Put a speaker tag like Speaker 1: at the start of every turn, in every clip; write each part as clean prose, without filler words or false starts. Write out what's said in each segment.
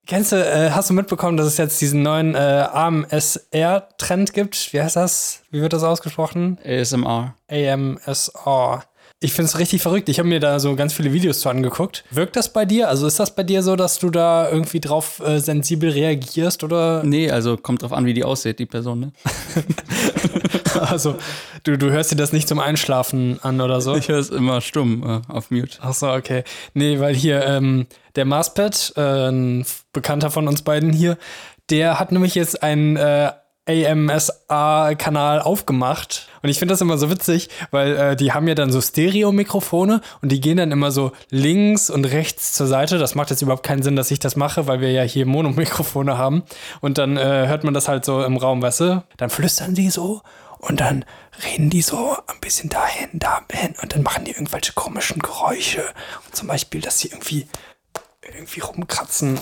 Speaker 1: Hast du mitbekommen, dass es jetzt diesen neuen AMSR-Trend gibt? Wie heißt das? Wie wird das ausgesprochen?
Speaker 2: ASMR.
Speaker 1: AMSR. Ich finde es richtig verrückt. Ich habe mir da so ganz viele Videos zu angeguckt. Wirkt das bei dir? Also ist das bei dir so, dass du da irgendwie drauf sensibel reagierst, oder?
Speaker 2: Nee, also kommt drauf an, wie die aussieht, die Person, ne?
Speaker 1: Also du hörst dir das nicht zum Einschlafen an oder so?
Speaker 2: Ich höre es immer stumm auf Mute.
Speaker 1: Ach so, okay. Nee, weil hier der Marspet, ein Bekannter von uns beiden hier, der hat nämlich jetzt einen AMSA-Kanal aufgemacht. Und ich finde das immer so witzig, weil die haben ja dann so Stereo-Mikrofone und die gehen dann immer so links und rechts zur Seite. Das macht jetzt überhaupt keinen Sinn, dass ich das mache, weil wir ja hier Monomikrofone haben. Und dann hört man das halt so im Raum, weißt du? Dann flüstern die so und dann reden die so ein bisschen dahin und dann machen die irgendwelche komischen Geräusche. Und zum Beispiel, dass sie irgendwie rumkratzen.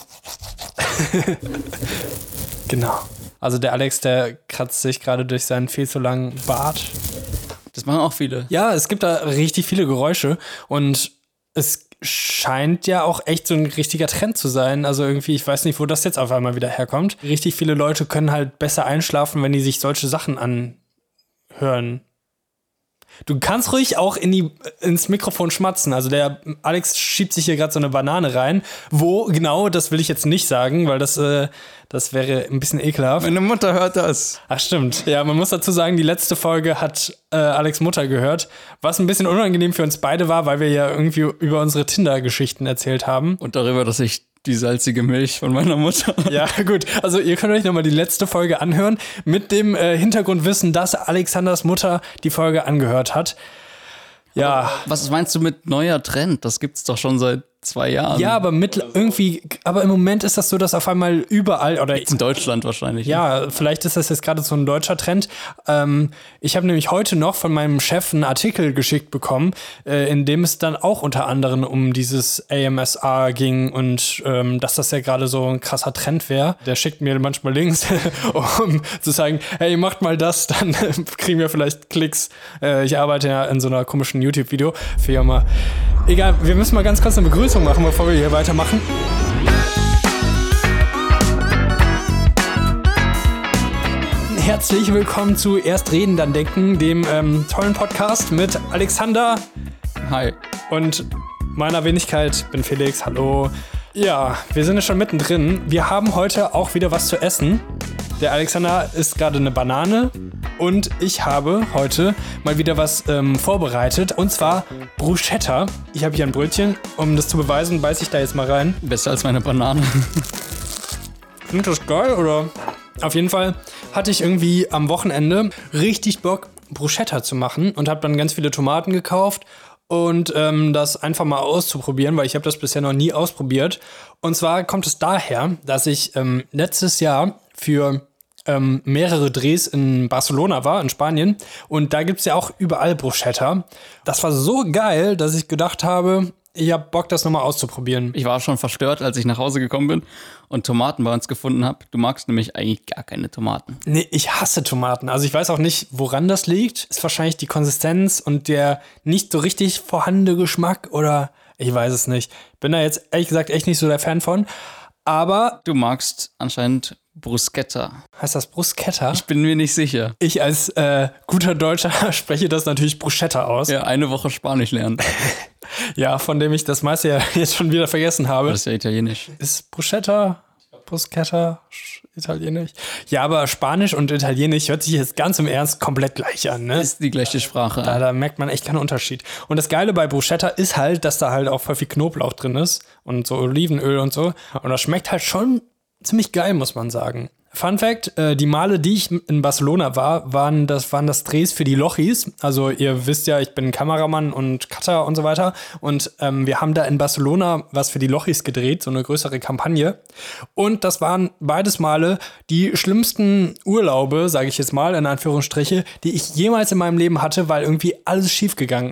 Speaker 1: Genau. Also der Alex, der kratzt sich gerade durch seinen viel zu langen Bart.
Speaker 2: Das machen auch viele.
Speaker 1: Ja, es gibt da richtig viele Geräusche und es scheint ja auch echt so ein richtiger Trend zu sein. Also irgendwie, ich weiß nicht, wo das jetzt auf einmal wieder herkommt. Richtig viele Leute können halt besser einschlafen, wenn die sich solche Sachen anhören. Du kannst ruhig auch ins Mikrofon schmatzen. Also der Alex schiebt sich hier gerade so eine Banane rein. Wo genau, das will ich jetzt nicht sagen, weil das wäre ein bisschen ekelhaft.
Speaker 2: Meine Mutter hört das.
Speaker 1: Ach stimmt. Ja, man muss dazu sagen, die letzte Folge hat Alex Mutter gehört, was ein bisschen unangenehm für uns beide war, weil wir ja irgendwie über unsere Tinder-Geschichten erzählt haben.
Speaker 2: Und darüber, dass ich die salzige Milch von meiner Mutter.
Speaker 1: Ja, gut. Also ihr könnt euch nochmal die letzte Folge anhören mit dem Hintergrundwissen, dass Alexanders Mutter die Folge angehört hat. Ja.
Speaker 2: Aber was meinst du mit neuer Trend? Das gibt's doch schon seit 2 Jahren.
Speaker 1: Ja, aber im Moment ist das so, dass auf einmal überall, oder
Speaker 2: in Deutschland wahrscheinlich.
Speaker 1: Ja, vielleicht ist das jetzt gerade so ein deutscher Trend. Ich habe nämlich heute noch von meinem Chef einen Artikel geschickt bekommen, in dem es dann auch unter anderem um dieses AMSR ging und dass das ja gerade so ein krasser Trend wäre. Der schickt mir manchmal Links, um zu sagen, hey, macht mal das, dann kriegen wir vielleicht Klicks. Ich arbeite ja in so einer komischen YouTube-Video-Firma. Egal, wir müssen mal ganz kurz eine Begrüßung machen, bevor wir hier weitermachen. Herzlich willkommen zu Erst reden, dann denken, dem tollen Podcast mit Alexander.
Speaker 2: Hi.
Speaker 1: Und meiner Wenigkeit, bin Felix, hallo. Ja, wir sind ja schon mittendrin. Wir haben heute auch wieder was zu essen. Der Alexander isst gerade eine Banane und ich habe heute mal wieder was vorbereitet, und zwar Bruschetta. Ich habe hier ein Brötchen, um das zu beweisen, beiße ich da jetzt mal rein.
Speaker 2: Besser als meine Banane.
Speaker 1: Klingt das geil, oder? Auf jeden Fall hatte ich irgendwie am Wochenende richtig Bock, Bruschetta zu machen und habe dann ganz viele Tomaten gekauft und das einfach mal auszuprobieren, weil ich habe das bisher noch nie ausprobiert. Und zwar kommt es daher, dass ich letztes Jahr für mehrere Drehs in Barcelona war, in Spanien. Und da gibt's ja auch überall Bruschetta. Das war so geil, dass ich gedacht habe, ich hab Bock, das nochmal auszuprobieren.
Speaker 2: Ich war schon verstört, als ich nach Hause gekommen bin und Tomaten bei uns gefunden habe. Du magst nämlich eigentlich gar keine Tomaten.
Speaker 1: Nee, ich hasse Tomaten. Also ich weiß auch nicht, woran das liegt. Ist wahrscheinlich die Konsistenz und der nicht so richtig vorhandene Geschmack oder ich weiß es nicht. Bin da jetzt ehrlich gesagt echt nicht so der Fan von. Aber
Speaker 2: du magst anscheinend Bruschetta.
Speaker 1: Heißt das Bruschetta?
Speaker 2: Ich bin mir nicht sicher.
Speaker 1: Ich als guter Deutscher spreche das natürlich Bruschetta aus.
Speaker 2: Ja, 1 Woche Spanisch lernen.
Speaker 1: Ja, von dem ich das meiste ja jetzt schon wieder vergessen habe.
Speaker 2: Das ist ja italienisch.
Speaker 1: Ist Bruschetta, Bruschetta italienisch? Ja, aber Spanisch und Italienisch hört sich jetzt ganz im Ernst komplett gleich an, ne?
Speaker 2: Ist die gleiche Sprache.
Speaker 1: Da merkt man echt keinen Unterschied. Und das Geile bei Bruschetta ist halt, dass da halt auch voll viel Knoblauch drin ist und so Olivenöl und so. Und das schmeckt halt schon ziemlich geil, muss man sagen. Fun Fact, die Male, die ich in Barcelona war, waren das Drehs für die Lochis. Also ihr wisst ja, ich bin Kameramann und Cutter und so weiter. Und wir haben da in Barcelona was für die Lochis gedreht, so eine größere Kampagne. Und das waren beides Male die schlimmsten Urlaube, sage ich jetzt mal, in Anführungsstriche, die ich jemals in meinem Leben hatte, weil irgendwie alles schief gegangen ist.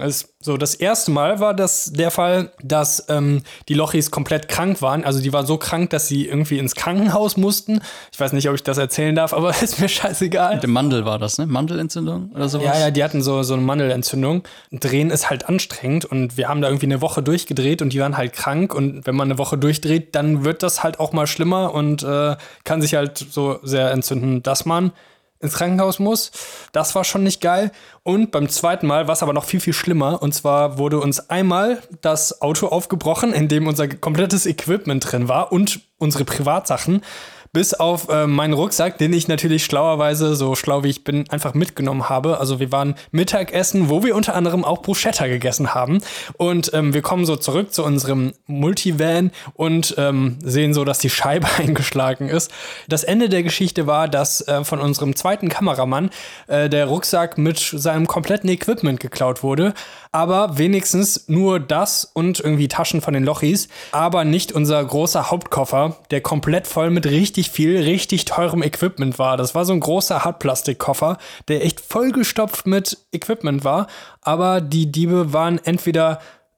Speaker 1: So, das erste Mal war das der Fall, dass die Lochis komplett krank waren. Also die waren so krank, dass sie irgendwie ins Krankenhaus mussten. Ich weiß nicht, ob ich das erzählen darf, aber ist mir scheißegal.
Speaker 2: Mit dem Mandel war das, ne? Mandelentzündung oder sowas?
Speaker 1: Ja, die hatten so eine Mandelentzündung. Drehen ist halt anstrengend und wir haben da irgendwie eine Woche durchgedreht und die waren halt krank. Und wenn man eine Woche durchdreht, dann wird das halt auch mal schlimmer und kann sich halt so sehr entzünden, dass man ins Krankenhaus muss. Das war schon nicht geil. Und beim zweiten Mal war es aber noch viel, viel schlimmer. Und zwar wurde uns einmal das Auto aufgebrochen, in dem unser komplettes Equipment drin war und unsere Privatsachen. Bis auf meinen Rucksack, den ich natürlich schlauerweise, so schlau wie ich bin, einfach mitgenommen habe. Also wir waren Mittagessen, wo wir unter anderem auch Bruschetta gegessen haben. Und wir kommen so zurück zu unserem Multivan und sehen so, dass die Scheibe eingeschlagen ist. Das Ende der Geschichte war, dass von unserem zweiten Kameramann der Rucksack mit seinem kompletten Equipment geklaut wurde. Aber wenigstens nur das und irgendwie Taschen von den Lochis. Aber nicht unser großer Hauptkoffer, der komplett voll mit richtig viel, richtig teurem Equipment war. Das war so ein großer Hartplastikkoffer, der echt vollgestopft mit Equipment war. Aber die Diebe waren entweder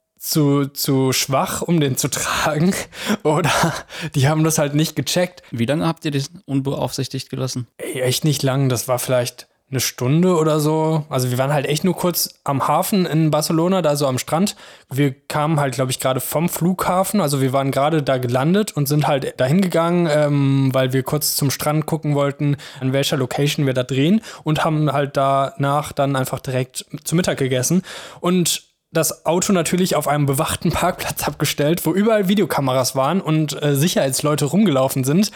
Speaker 1: zu schwach, um den zu tragen, oder die haben das halt nicht gecheckt.
Speaker 2: Wie lange habt ihr das unbeaufsichtigt gelassen?
Speaker 1: Ey, echt nicht lang, das war vielleicht eine Stunde oder so. Also wir waren halt echt nur kurz am Hafen in Barcelona, da so am Strand. Wir kamen halt, glaube ich, gerade vom Flughafen. Also wir waren gerade da gelandet und sind halt dahin gegangen, weil wir kurz zum Strand gucken wollten, an welcher Location wir da drehen. Und haben halt danach dann einfach direkt zu Mittag gegessen. Und das Auto natürlich auf einem bewachten Parkplatz abgestellt, wo überall Videokameras waren und Sicherheitsleute rumgelaufen sind.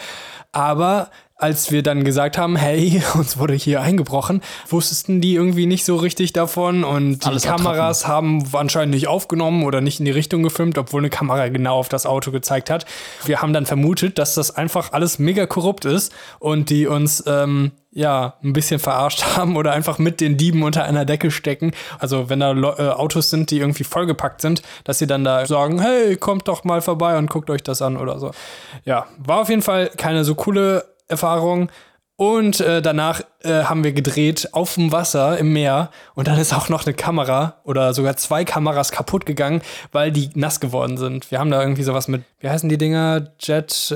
Speaker 1: Aber als wir dann gesagt haben, hey, uns wurde hier eingebrochen, wussten die irgendwie nicht so richtig davon und die Kameras haben anscheinend nicht aufgenommen oder nicht in die Richtung gefilmt, obwohl eine Kamera genau auf das Auto gezeigt hat. Wir haben dann vermutet, dass das einfach alles mega korrupt ist und die uns ein bisschen verarscht haben oder einfach mit den Dieben unter einer Decke stecken. Also wenn da Autos sind, die irgendwie vollgepackt sind, dass sie dann da sagen, hey, kommt doch mal vorbei und guckt euch das an oder so. Ja, war auf jeden Fall keine so coole Erfahrung. Und danach haben wir gedreht auf dem Wasser im Meer und dann ist auch noch eine Kamera oder sogar 2 Kameras kaputt gegangen, weil die nass geworden sind. Wir haben da irgendwie sowas mit, wie heißen die Dinger? Jetskis.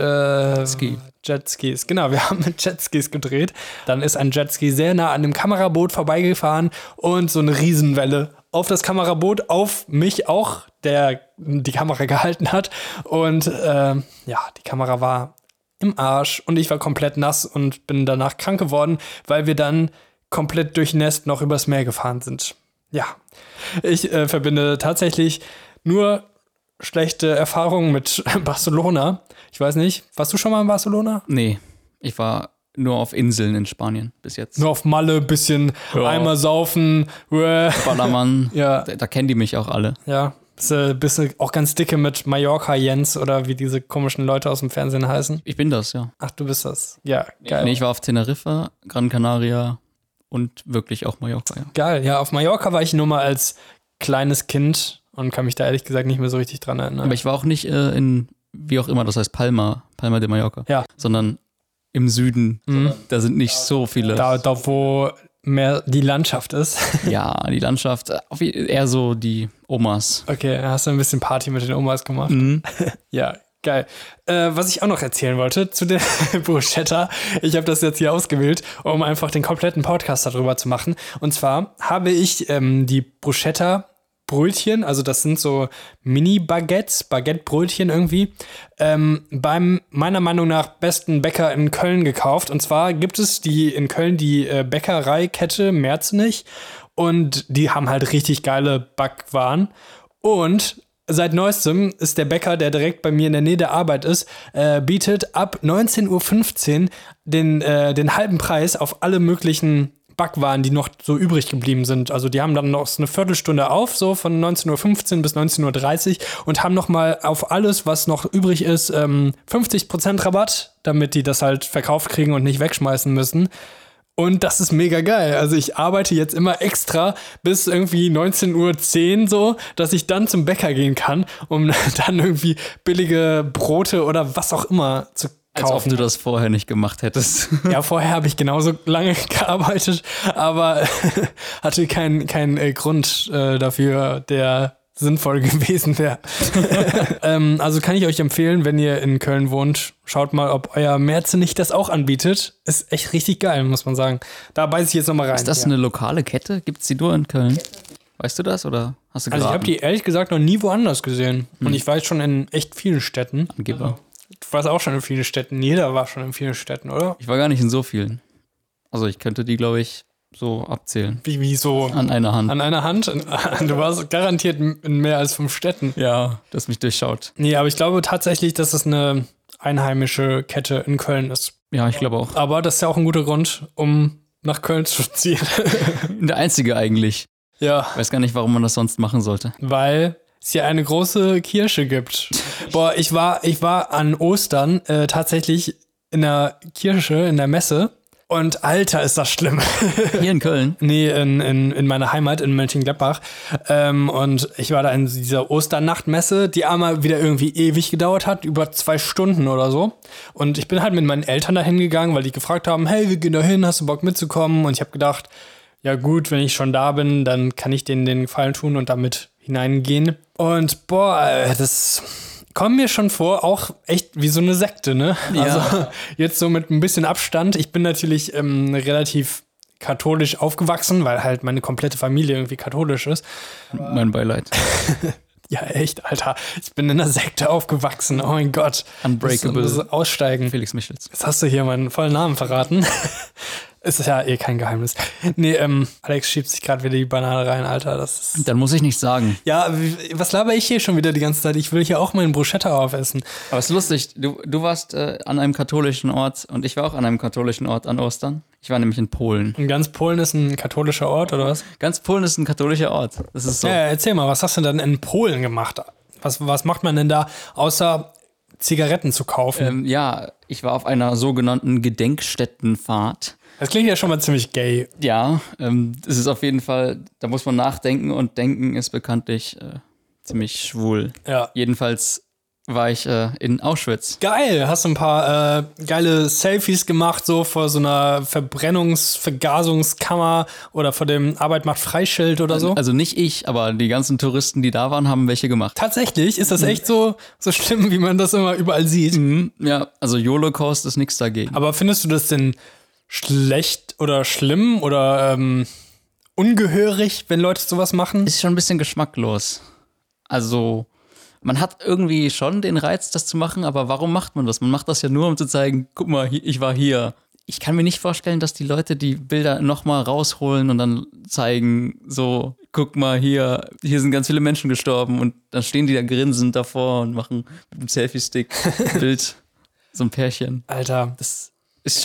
Speaker 1: Genau, wir haben mit Jetskis gedreht. Dann ist ein Jetski sehr nah an dem Kameraboot vorbeigefahren und so eine Riesenwelle auf das Kameraboot, auf mich auch, der die Kamera gehalten hat. Und die Kamera war im Arsch und ich war komplett nass und bin danach krank geworden, weil wir dann komplett durchnässt noch übers Meer gefahren sind. Ja, ich verbinde tatsächlich nur schlechte Erfahrungen mit Barcelona. Ich weiß nicht, warst du schon mal in Barcelona?
Speaker 2: Nee, ich war nur auf Inseln in Spanien bis jetzt.
Speaker 1: Nur auf Malle, bisschen einmal saufen.
Speaker 2: Ballermann,
Speaker 1: ja.
Speaker 2: Da kennen die mich auch alle.
Speaker 1: Ja. Bist du auch ganz dicke mit Mallorca Jens oder wie diese komischen Leute aus dem Fernsehen heißen?
Speaker 2: Ich bin das, ja.
Speaker 1: Ach, du bist das. Ja, geil.
Speaker 2: Nee, ich war auf Teneriffa, Gran Canaria und wirklich auch Mallorca, ja.
Speaker 1: Geil, ja, auf Mallorca war ich nur mal als kleines Kind und kann mich da ehrlich gesagt nicht mehr so richtig dran erinnern.
Speaker 2: Aber ich war auch nicht in, wie auch immer, das heißt Palma de Mallorca.
Speaker 1: Ja.
Speaker 2: Sondern im Süden. Da sind nicht so viele.
Speaker 1: Da wo mehr die Landschaft ist.
Speaker 2: Ja, die Landschaft, eher so die Omas.
Speaker 1: Okay, hast du ein bisschen Party mit den Omas gemacht? Ja, geil. Was ich auch noch erzählen wollte zu der Bruschetta, ich habe das jetzt hier ausgewählt, um einfach den kompletten Podcast darüber zu machen. Und zwar habe ich die Bruschetta Brötchen, also das sind so Mini-Baguettes, Baguette-Brötchen irgendwie, beim meiner Meinung nach besten Bäcker in Köln gekauft. Und zwar gibt es in Köln die Bäckereikette Merzenich und die haben halt richtig geile Backwaren. Und seit neuestem ist der Bäcker, der direkt bei mir in der Nähe der Arbeit ist, bietet ab 19:15 Uhr den halben Preis auf alle möglichen Backwaren, die noch so übrig geblieben sind. Also die haben dann noch eine Viertelstunde auf, so von 19:15 Uhr bis 19:30 Uhr und haben noch mal auf alles, was noch übrig ist, 50% Rabatt, damit die das halt verkauft kriegen und nicht wegschmeißen müssen. Und das ist mega geil. Also ich arbeite jetzt immer extra bis irgendwie 19:10 Uhr so, dass ich dann zum Bäcker gehen kann, um dann irgendwie billige Brote oder was auch immer zu
Speaker 2: Als ob
Speaker 1: kaufen.
Speaker 2: du das vorher nicht gemacht hättest.
Speaker 1: Ja, vorher habe ich genauso lange gearbeitet, aber hatte keinen Grund dafür, der sinnvoll gewesen wäre. Also kann ich euch empfehlen, wenn ihr in Köln wohnt, schaut mal, ob euer Merze nicht das auch anbietet. Ist echt richtig geil, muss man sagen. Da beiße ich jetzt nochmal rein.
Speaker 2: Ist das eine lokale Kette? Gibt's die nur in Köln? Weißt du das oder hast du
Speaker 1: Also ich habe
Speaker 2: geraten?
Speaker 1: die ehrlich gesagt noch nie woanders gesehen. Und ich war jetzt schon in echt vielen Städten.
Speaker 2: Angeber.
Speaker 1: Du warst auch schon in vielen Städten. Jeder war schon in vielen Städten, oder?
Speaker 2: Ich war gar nicht in so vielen. Also ich könnte die, glaube ich, so abzählen.
Speaker 1: Wie so?
Speaker 2: An einer Hand.
Speaker 1: An einer Hand? Du warst garantiert in mehr als 5 Städten.
Speaker 2: Ja, das mich durchschaut.
Speaker 1: Nee, aber ich glaube tatsächlich, dass es eine einheimische Kette in Köln ist.
Speaker 2: Ja, ich glaube auch.
Speaker 1: Aber das ist ja auch ein guter Grund, um nach Köln zu ziehen.
Speaker 2: Der einzige eigentlich.
Speaker 1: Ja,
Speaker 2: Ich weiß gar nicht, warum man das sonst machen sollte.
Speaker 1: weil es hier eine große Kirche gibt. Boah, ich war an Ostern tatsächlich in der Kirche, in der Messe. Und Alter, ist das schlimm.
Speaker 2: Hier in Köln?
Speaker 1: Nee, in meiner Heimat, in Mönchengladbach. Und ich war da in dieser Osternachtmesse, die einmal wieder irgendwie ewig gedauert hat, über 2 Stunden oder so. Und ich bin halt mit meinen Eltern da hingegangen, weil die gefragt haben, hey, wir gehen da hin, hast du Bock mitzukommen? Und ich habe gedacht, ja gut, wenn ich schon da bin, dann kann ich denen den Gefallen tun und damit hineingehen. Und boah, das kommt mir schon vor, auch echt wie so eine Sekte, ne?
Speaker 2: Ja.
Speaker 1: Also jetzt so mit ein bisschen Abstand. Ich bin natürlich relativ katholisch aufgewachsen, weil halt meine komplette Familie irgendwie katholisch ist.
Speaker 2: Mein Beileid.
Speaker 1: Ja, echt, Alter. Ich bin in einer Sekte aufgewachsen. Oh mein Gott.
Speaker 2: Unbreakable.
Speaker 1: Das ist aussteigen.
Speaker 2: Felix Michlitz.
Speaker 1: Jetzt hast du hier meinen vollen Namen verraten. Ist ja eh kein Geheimnis. Nee, Alex schiebt sich gerade wieder die Banane rein, Alter. Das ist.
Speaker 2: Dann muss ich nichts sagen.
Speaker 1: Ja, was laber ich hier schon wieder die ganze Zeit? Ich will hier auch meinen Bruschetta aufessen.
Speaker 2: Aber es ist lustig, du warst an einem katholischen Ort und ich war auch an einem katholischen Ort an Ostern. Ich war nämlich in Polen.
Speaker 1: Und ganz Polen ist ein katholischer Ort, oder was?
Speaker 2: Ganz Polen ist ein katholischer Ort. Das ist so.
Speaker 1: Ja, erzähl mal, was hast du denn in Polen gemacht? Was macht man denn da, außer Zigaretten zu kaufen?
Speaker 2: Ja, ich war auf einer sogenannten Gedenkstättenfahrt.
Speaker 1: Das klingt ja schon mal ziemlich gay.
Speaker 2: Ja, es ist auf jeden Fall, da muss man nachdenken und denken ist bekanntlich ziemlich schwul.
Speaker 1: Ja.
Speaker 2: Jedenfalls war ich in Auschwitz.
Speaker 1: Geil, hast du ein paar geile Selfies gemacht, so vor so einer Vergasungskammer oder vor dem Arbeit macht Freischild oder so?
Speaker 2: Also nicht ich, aber die ganzen Touristen, die da waren, haben welche gemacht.
Speaker 1: Tatsächlich? Ist das echt so schlimm, wie man das immer überall sieht?
Speaker 2: Ja, also Holocaust ist nichts dagegen.
Speaker 1: Aber findest du das denn schlecht oder schlimm oder ungehörig, wenn Leute sowas machen?
Speaker 2: Ist schon ein bisschen geschmacklos. Also, man hat irgendwie schon den Reiz, das zu machen, aber warum macht man das? Man macht das ja nur, um zu zeigen, guck mal, ich war hier. Ich kann mir nicht vorstellen, dass die Leute die Bilder nochmal rausholen und dann zeigen, so, guck mal, hier sind ganz viele Menschen gestorben und dann stehen die da grinsend davor und machen mit dem Selfie-Stick ein Bild, so ein Pärchen.
Speaker 1: Alter.
Speaker 2: Das ist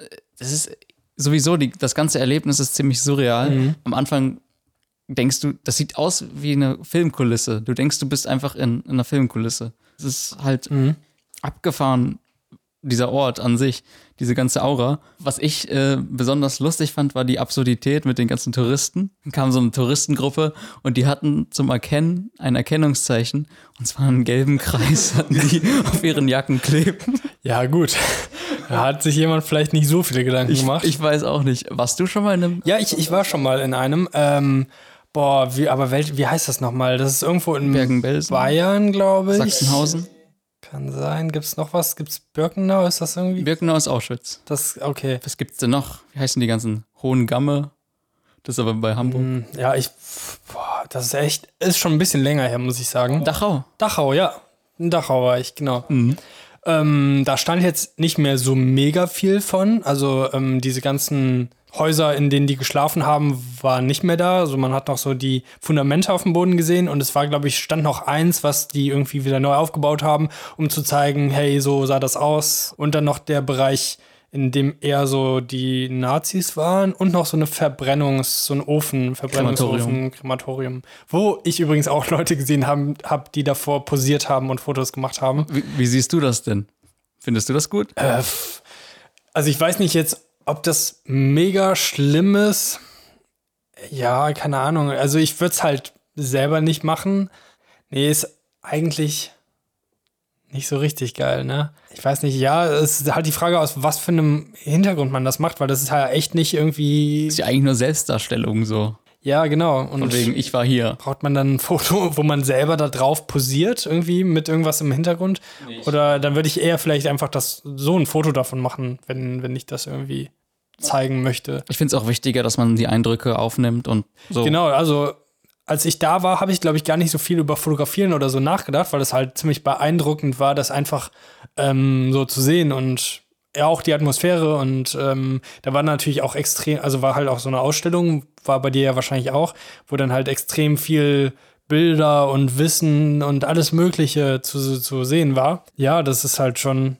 Speaker 2: sowieso, das ganze Erlebnis ist ziemlich surreal. Am Anfang denkst du, das sieht aus wie eine Filmkulisse. Du denkst, du bist einfach in einer Filmkulisse. Es ist halt abgefahren, dieser Ort an sich, diese ganze Aura. Was ich besonders lustig fand, war die Absurdität mit den ganzen Touristen. Dann kam so eine Touristengruppe und die hatten zum Erkennen ein Erkennungszeichen. Und zwar einen gelben Kreis hatten die auf ihren Jacken kleben.
Speaker 1: Ja, gut. Da hat sich jemand vielleicht nicht so viele Gedanken gemacht.
Speaker 2: Ich weiß auch nicht. Warst du schon mal in einem?
Speaker 1: Ja, ich war schon mal in einem. Wie heißt das nochmal? Das ist irgendwo in
Speaker 2: Bergen-Belsen?
Speaker 1: Bayern, glaube ich.
Speaker 2: Sachsenhausen?
Speaker 1: Kann sein. Gibt's noch was? Gibt's Birkenau? Ist das irgendwie?
Speaker 2: Birkenau ist Auschwitz.
Speaker 1: Okay.
Speaker 2: Was gibt's denn noch? Wie heißen die ganzen? Hohengamme? Das ist aber bei Hamburg.
Speaker 1: Ja, das ist schon ein bisschen länger her, muss ich sagen.
Speaker 2: Dachau.
Speaker 1: Dachau, ja. In Dachau war ich, genau. Da stand jetzt nicht mehr so mega viel von. Also diese ganzen Häuser, in denen die geschlafen haben, waren nicht mehr da. Also man hat noch so die Fundamente auf dem Boden gesehen und es war, glaube ich, stand noch eins, was die irgendwie wieder neu aufgebaut haben, um zu zeigen, hey, so sah das aus. Und dann noch der Bereich, in dem eher so die Nazis waren und noch so eine so ein Ofen, Verbrennungsofen, Krematorium. Wo ich übrigens auch Leute gesehen habe, die davor posiert haben und Fotos gemacht haben.
Speaker 2: Wie siehst du das denn? Findest du das gut?
Speaker 1: Also ich weiß nicht jetzt, ob das mega schlimm ist. Ja, keine Ahnung. Also ich würde es halt selber nicht machen. Nee, ist eigentlich nicht so richtig geil, ne? Ich weiß nicht, ja, es ist halt die Frage, aus was für einem Hintergrund man das macht, weil das ist halt echt nicht irgendwie...
Speaker 2: Das ist ja eigentlich nur Selbstdarstellung so.
Speaker 1: Ja, genau. Und
Speaker 2: Von wegen, ich war hier.
Speaker 1: braucht man dann ein Foto, wo man selber da drauf posiert, irgendwie mit irgendwas im Hintergrund?
Speaker 2: Nicht.
Speaker 1: Oder dann würde ich eher vielleicht einfach so ein Foto davon machen, wenn ich das irgendwie zeigen möchte.
Speaker 2: Ich finde es auch wichtiger, dass man die Eindrücke aufnimmt und so.
Speaker 1: Genau, also als ich da war, habe ich, glaube ich, gar nicht so viel über Fotografieren oder so nachgedacht, weil es halt ziemlich beeindruckend war, das einfach so zu sehen und ja, auch die Atmosphäre und da war natürlich auch extrem, also war halt auch so eine Ausstellung, war bei dir ja wahrscheinlich auch, wo dann halt extrem viel Bilder und Wissen und alles Mögliche zu sehen war. Ja, das ist halt schon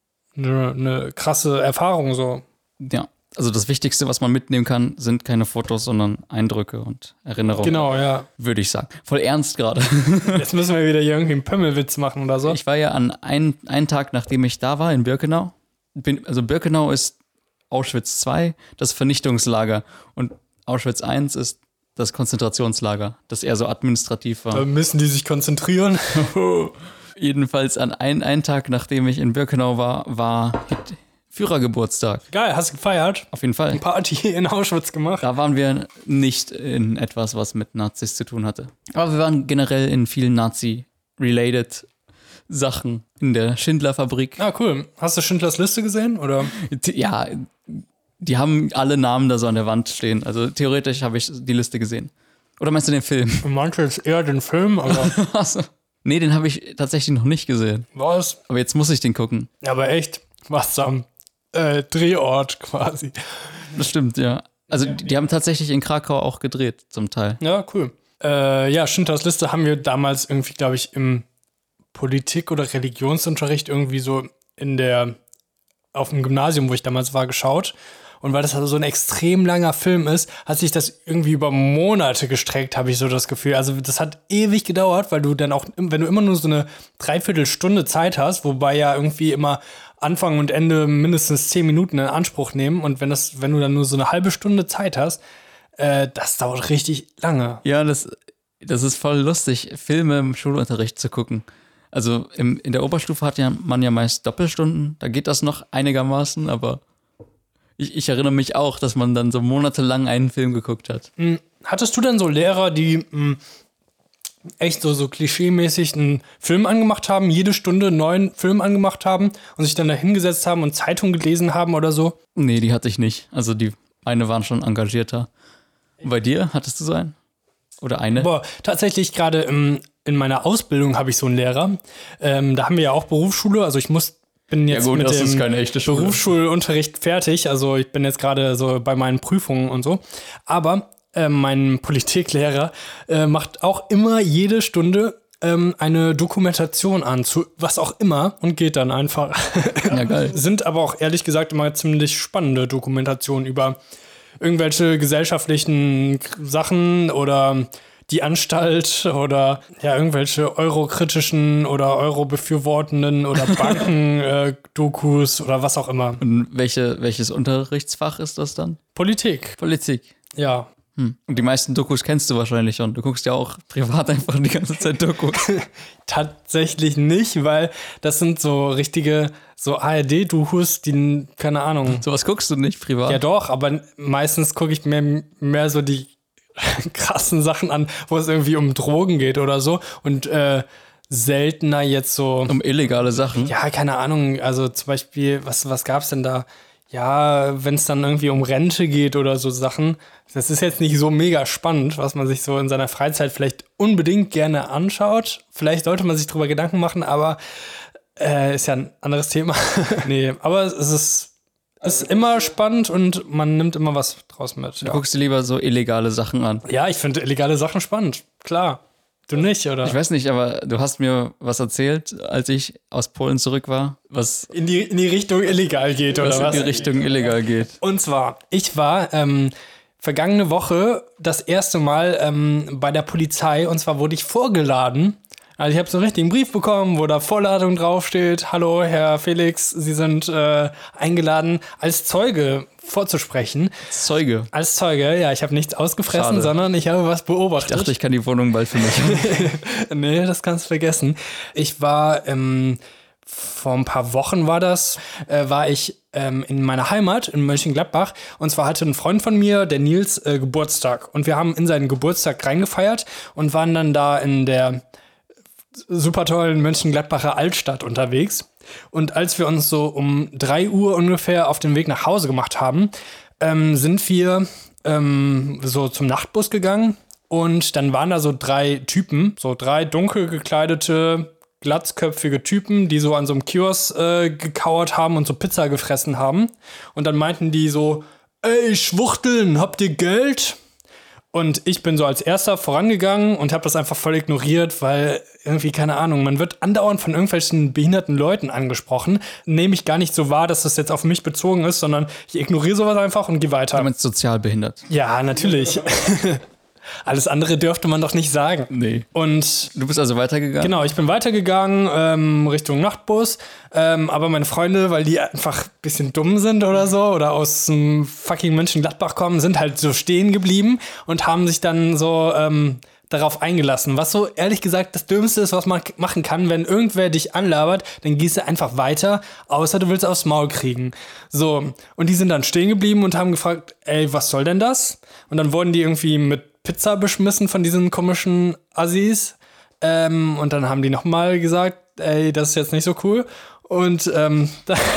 Speaker 1: eine krasse Erfahrung so.
Speaker 2: Ja, also das Wichtigste, was man mitnehmen kann, sind keine Fotos, sondern Eindrücke und Erinnerungen.
Speaker 1: Genau, ja.
Speaker 2: Würde ich sagen. Voll ernst gerade.
Speaker 1: Jetzt müssen wir wieder hier irgendwie einen Pömmelwitz machen oder so.
Speaker 2: Ich war ja an einen Tag, nachdem ich da war, in Birkenau. Also Birkenau ist Auschwitz II, das Vernichtungslager. Und Auschwitz I ist das Konzentrationslager, das eher so administrativ war.
Speaker 1: Da müssen die sich konzentrieren.
Speaker 2: Jedenfalls an einen Tag, nachdem ich in Birkenau war Führergeburtstag.
Speaker 1: Geil, hast du gefeiert?
Speaker 2: Auf jeden Fall.
Speaker 1: Eine Party in Auschwitz gemacht.
Speaker 2: Da waren wir nicht in etwas, was mit Nazis zu tun hatte. Aber wir waren generell in vielen Nazi-related Sachen in der Schindler-Fabrik.
Speaker 1: Ah, cool. Hast du Schindlers Liste gesehen, oder?
Speaker 2: Ja, die haben alle Namen da so an der Wand stehen. Also theoretisch habe ich die Liste gesehen. Oder meinst du den Film?
Speaker 1: Du meinst jetzt eher den Film, aber
Speaker 2: Achso. Nee, den habe ich tatsächlich noch nicht gesehen.
Speaker 1: was?
Speaker 2: Aber jetzt muss ich den gucken.
Speaker 1: Aber echt, was am Drehort quasi.
Speaker 2: Das stimmt, ja. Also die haben tatsächlich in Krakau auch gedreht, zum Teil.
Speaker 1: Ja, cool. Ja, Schindlers Liste haben wir damals irgendwie, glaube ich, im Politik- oder Religionsunterricht irgendwie so auf dem Gymnasium, wo ich damals war, geschaut. Und weil das also so ein extrem langer Film ist, hat sich das irgendwie über Monate gestreckt, habe ich so das Gefühl. Also das hat ewig gedauert, weil du dann auch, wenn du immer nur so eine Dreiviertelstunde Zeit hast, wobei ja irgendwie immer Anfang und Ende mindestens 10 Minuten in Anspruch nehmen. Und wenn du dann nur so eine halbe Stunde Zeit hast, das dauert richtig lange.
Speaker 2: Ja, das ist voll lustig, Filme im Schulunterricht zu gucken. Also in der Oberstufe hat man ja meist Doppelstunden, da geht das noch einigermaßen, aber ich erinnere mich auch, dass man dann so monatelang einen Film geguckt hat.
Speaker 1: Hattest du denn so Lehrer, die echt so klischeemäßig einen Film angemacht haben, jede Stunde einen neuen Film angemacht haben und sich dann da hingesetzt haben und Zeitung gelesen haben oder so?
Speaker 2: Nee, die hatte ich nicht. Also die eine waren schon engagierter. Und bei dir, hattest du so einen? Oder eine?
Speaker 1: Boah, tatsächlich gerade in meiner Ausbildung habe ich so einen Lehrer. Da haben wir ja auch Berufsschule, also bin jetzt mit
Speaker 2: das ist
Speaker 1: dem
Speaker 2: keine echte Schule.
Speaker 1: Berufsschulunterricht fertig, also ich bin jetzt gerade so bei meinen Prüfungen und so. Aber mein Politiklehrer macht auch immer jede Stunde eine Dokumentation an, zu was auch immer, und geht dann einfach.
Speaker 2: Ja, geil.
Speaker 1: Sind aber auch ehrlich gesagt immer ziemlich spannende Dokumentationen über irgendwelche gesellschaftlichen Sachen oder die Anstalt oder ja irgendwelche eurokritischen oder eurobefürwortenden oder Banken-Dokus oder was auch immer.
Speaker 2: Und welches Unterrichtsfach ist das dann?
Speaker 1: Politik,
Speaker 2: Politik.
Speaker 1: ja.
Speaker 2: Und die meisten Dokus kennst du wahrscheinlich schon. Du guckst ja auch privat einfach die ganze Zeit Dokus.
Speaker 1: Tatsächlich nicht, weil das sind so richtige, so ARD-Dokus, die, keine Ahnung.
Speaker 2: Sowas guckst du nicht privat?
Speaker 1: Ja doch, aber meistens gucke ich mir mehr so die krassen Sachen an, wo es irgendwie um Drogen geht oder so und seltener jetzt so
Speaker 2: Um illegale Sachen?
Speaker 1: ja, keine Ahnung, also zum Beispiel, was gab's denn da? Ja, wenn es dann irgendwie um Rente geht oder so Sachen, das ist jetzt nicht so mega spannend, was man sich so in seiner Freizeit vielleicht unbedingt gerne anschaut. Vielleicht sollte man sich drüber Gedanken machen, aber ist ja ein anderes Thema. Nee, aber es ist immer spannend und man nimmt immer was draus mit.
Speaker 2: Du
Speaker 1: Ja,
Speaker 2: guckst dir lieber so illegale Sachen an.
Speaker 1: ja, ich finde illegale Sachen spannend, klar. Du nicht, oder?
Speaker 2: Ich weiß nicht, aber du hast mir was erzählt, als ich aus Polen zurück war, was
Speaker 1: In die Richtung illegal geht, oder
Speaker 2: in
Speaker 1: was?
Speaker 2: die Richtung illegal geht.
Speaker 1: Und zwar, ich war vergangene Woche das erste Mal bei der Polizei, und zwar wurde ich vorgeladen. Also ich habe so einen richtigen Brief bekommen, wo da Vorladung draufsteht. Hallo, Herr Felix, Sie sind eingeladen, als Zeuge vorzusprechen.
Speaker 2: Zeuge.
Speaker 1: Als Zeuge, ja, ich habe nichts ausgefressen,
Speaker 2: Schade.
Speaker 1: sondern ich habe was beobachtet.
Speaker 2: Ich dachte, ich kann die Wohnung bald für mich.
Speaker 1: Nee, das kannst du vergessen. Ich war vor ein paar Wochen war das, war ich in meiner Heimat in Mönchengladbach. Und zwar hatte ein Freund von mir, der Nils, Geburtstag. Und wir haben in seinen Geburtstag reingefeiert und waren dann da in der super tollen Mönchengladbacher Altstadt unterwegs. Und als wir uns so um 3 Uhr ungefähr auf den Weg nach Hause gemacht haben, sind wir so zum Nachtbus gegangen. Und dann waren da so 3 Typen, so 3 dunkel gekleidete, glatzköpfige Typen, die so an so einem Kiosk gekauert haben und so Pizza gefressen haben. Und dann meinten die so, ey, Schwuchteln, habt ihr Geld? Und ich bin so als Erster vorangegangen und habe das einfach voll ignoriert, weil irgendwie, keine Ahnung, man wird andauernd von irgendwelchen behinderten Leuten angesprochen. Nehme ich gar nicht so wahr, dass das jetzt auf mich bezogen ist, sondern ich ignoriere sowas einfach und gehe weiter.
Speaker 2: Du meinst sozial behindert?
Speaker 1: Ja, natürlich. Alles andere dürfte man doch nicht sagen.
Speaker 2: Nee.
Speaker 1: Und
Speaker 2: du bist also weitergegangen?
Speaker 1: Genau, ich bin weitergegangen Richtung Nachtbus. Aber meine Freunde, weil die einfach ein bisschen dumm sind oder so oder aus dem fucking Mönchengladbach kommen, sind halt so stehen geblieben und haben sich dann so darauf eingelassen. Was so ehrlich gesagt das Dümmste ist, was man machen kann, wenn irgendwer dich anlabert, dann gehst du einfach weiter, außer du willst aufs Maul kriegen. So, und die sind dann stehen geblieben und haben gefragt, ey, was soll denn das? Und dann wurden die irgendwie mit Pizza beschmissen von diesen komischen Assis. Und dann haben die nochmal gesagt, ey, das ist jetzt nicht so cool. Und dann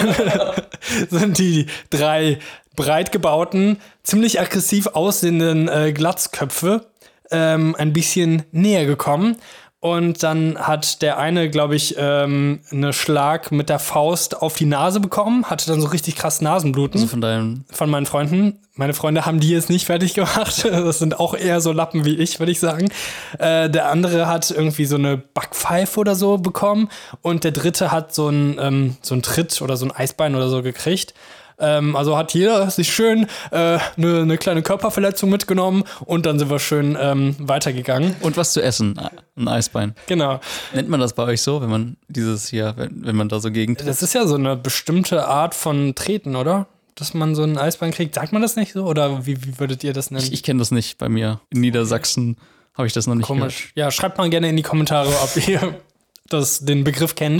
Speaker 1: sind die 3 breit gebauten, ziemlich aggressiv aussehenden Glatzköpfe ein bisschen näher gekommen. Und dann hat der eine, glaube ich, einen Schlag mit der Faust auf die Nase bekommen, hatte dann so richtig krass Nasenbluten.
Speaker 2: Also
Speaker 1: von meinen Freunden. Meine Freunde haben die jetzt nicht fertig gemacht. Das sind auch eher so Lappen wie ich, würde ich sagen. Der andere hat irgendwie so eine Backpfeife oder so bekommen. Und der dritte hat so einen Tritt oder so ein Eisbein oder so gekriegt. Also hat jeder sich schön eine kleine Körperverletzung mitgenommen und dann sind wir schön weitergegangen.
Speaker 2: Und was zu essen, ein Eisbein.
Speaker 1: Genau.
Speaker 2: Nennt man das bei euch so, wenn man wenn man da so gegentritt?
Speaker 1: Das ist ja so eine bestimmte Art von Treten, oder? Dass man so ein Eisbein kriegt. Sagt man das nicht so? Oder wie würdet ihr das nennen?
Speaker 2: Ich kenne das nicht bei mir. In Niedersachsen habe ich das noch nicht gehört.
Speaker 1: Ja, schreibt mal gerne in die Kommentare, ob ihr den Begriff kennt.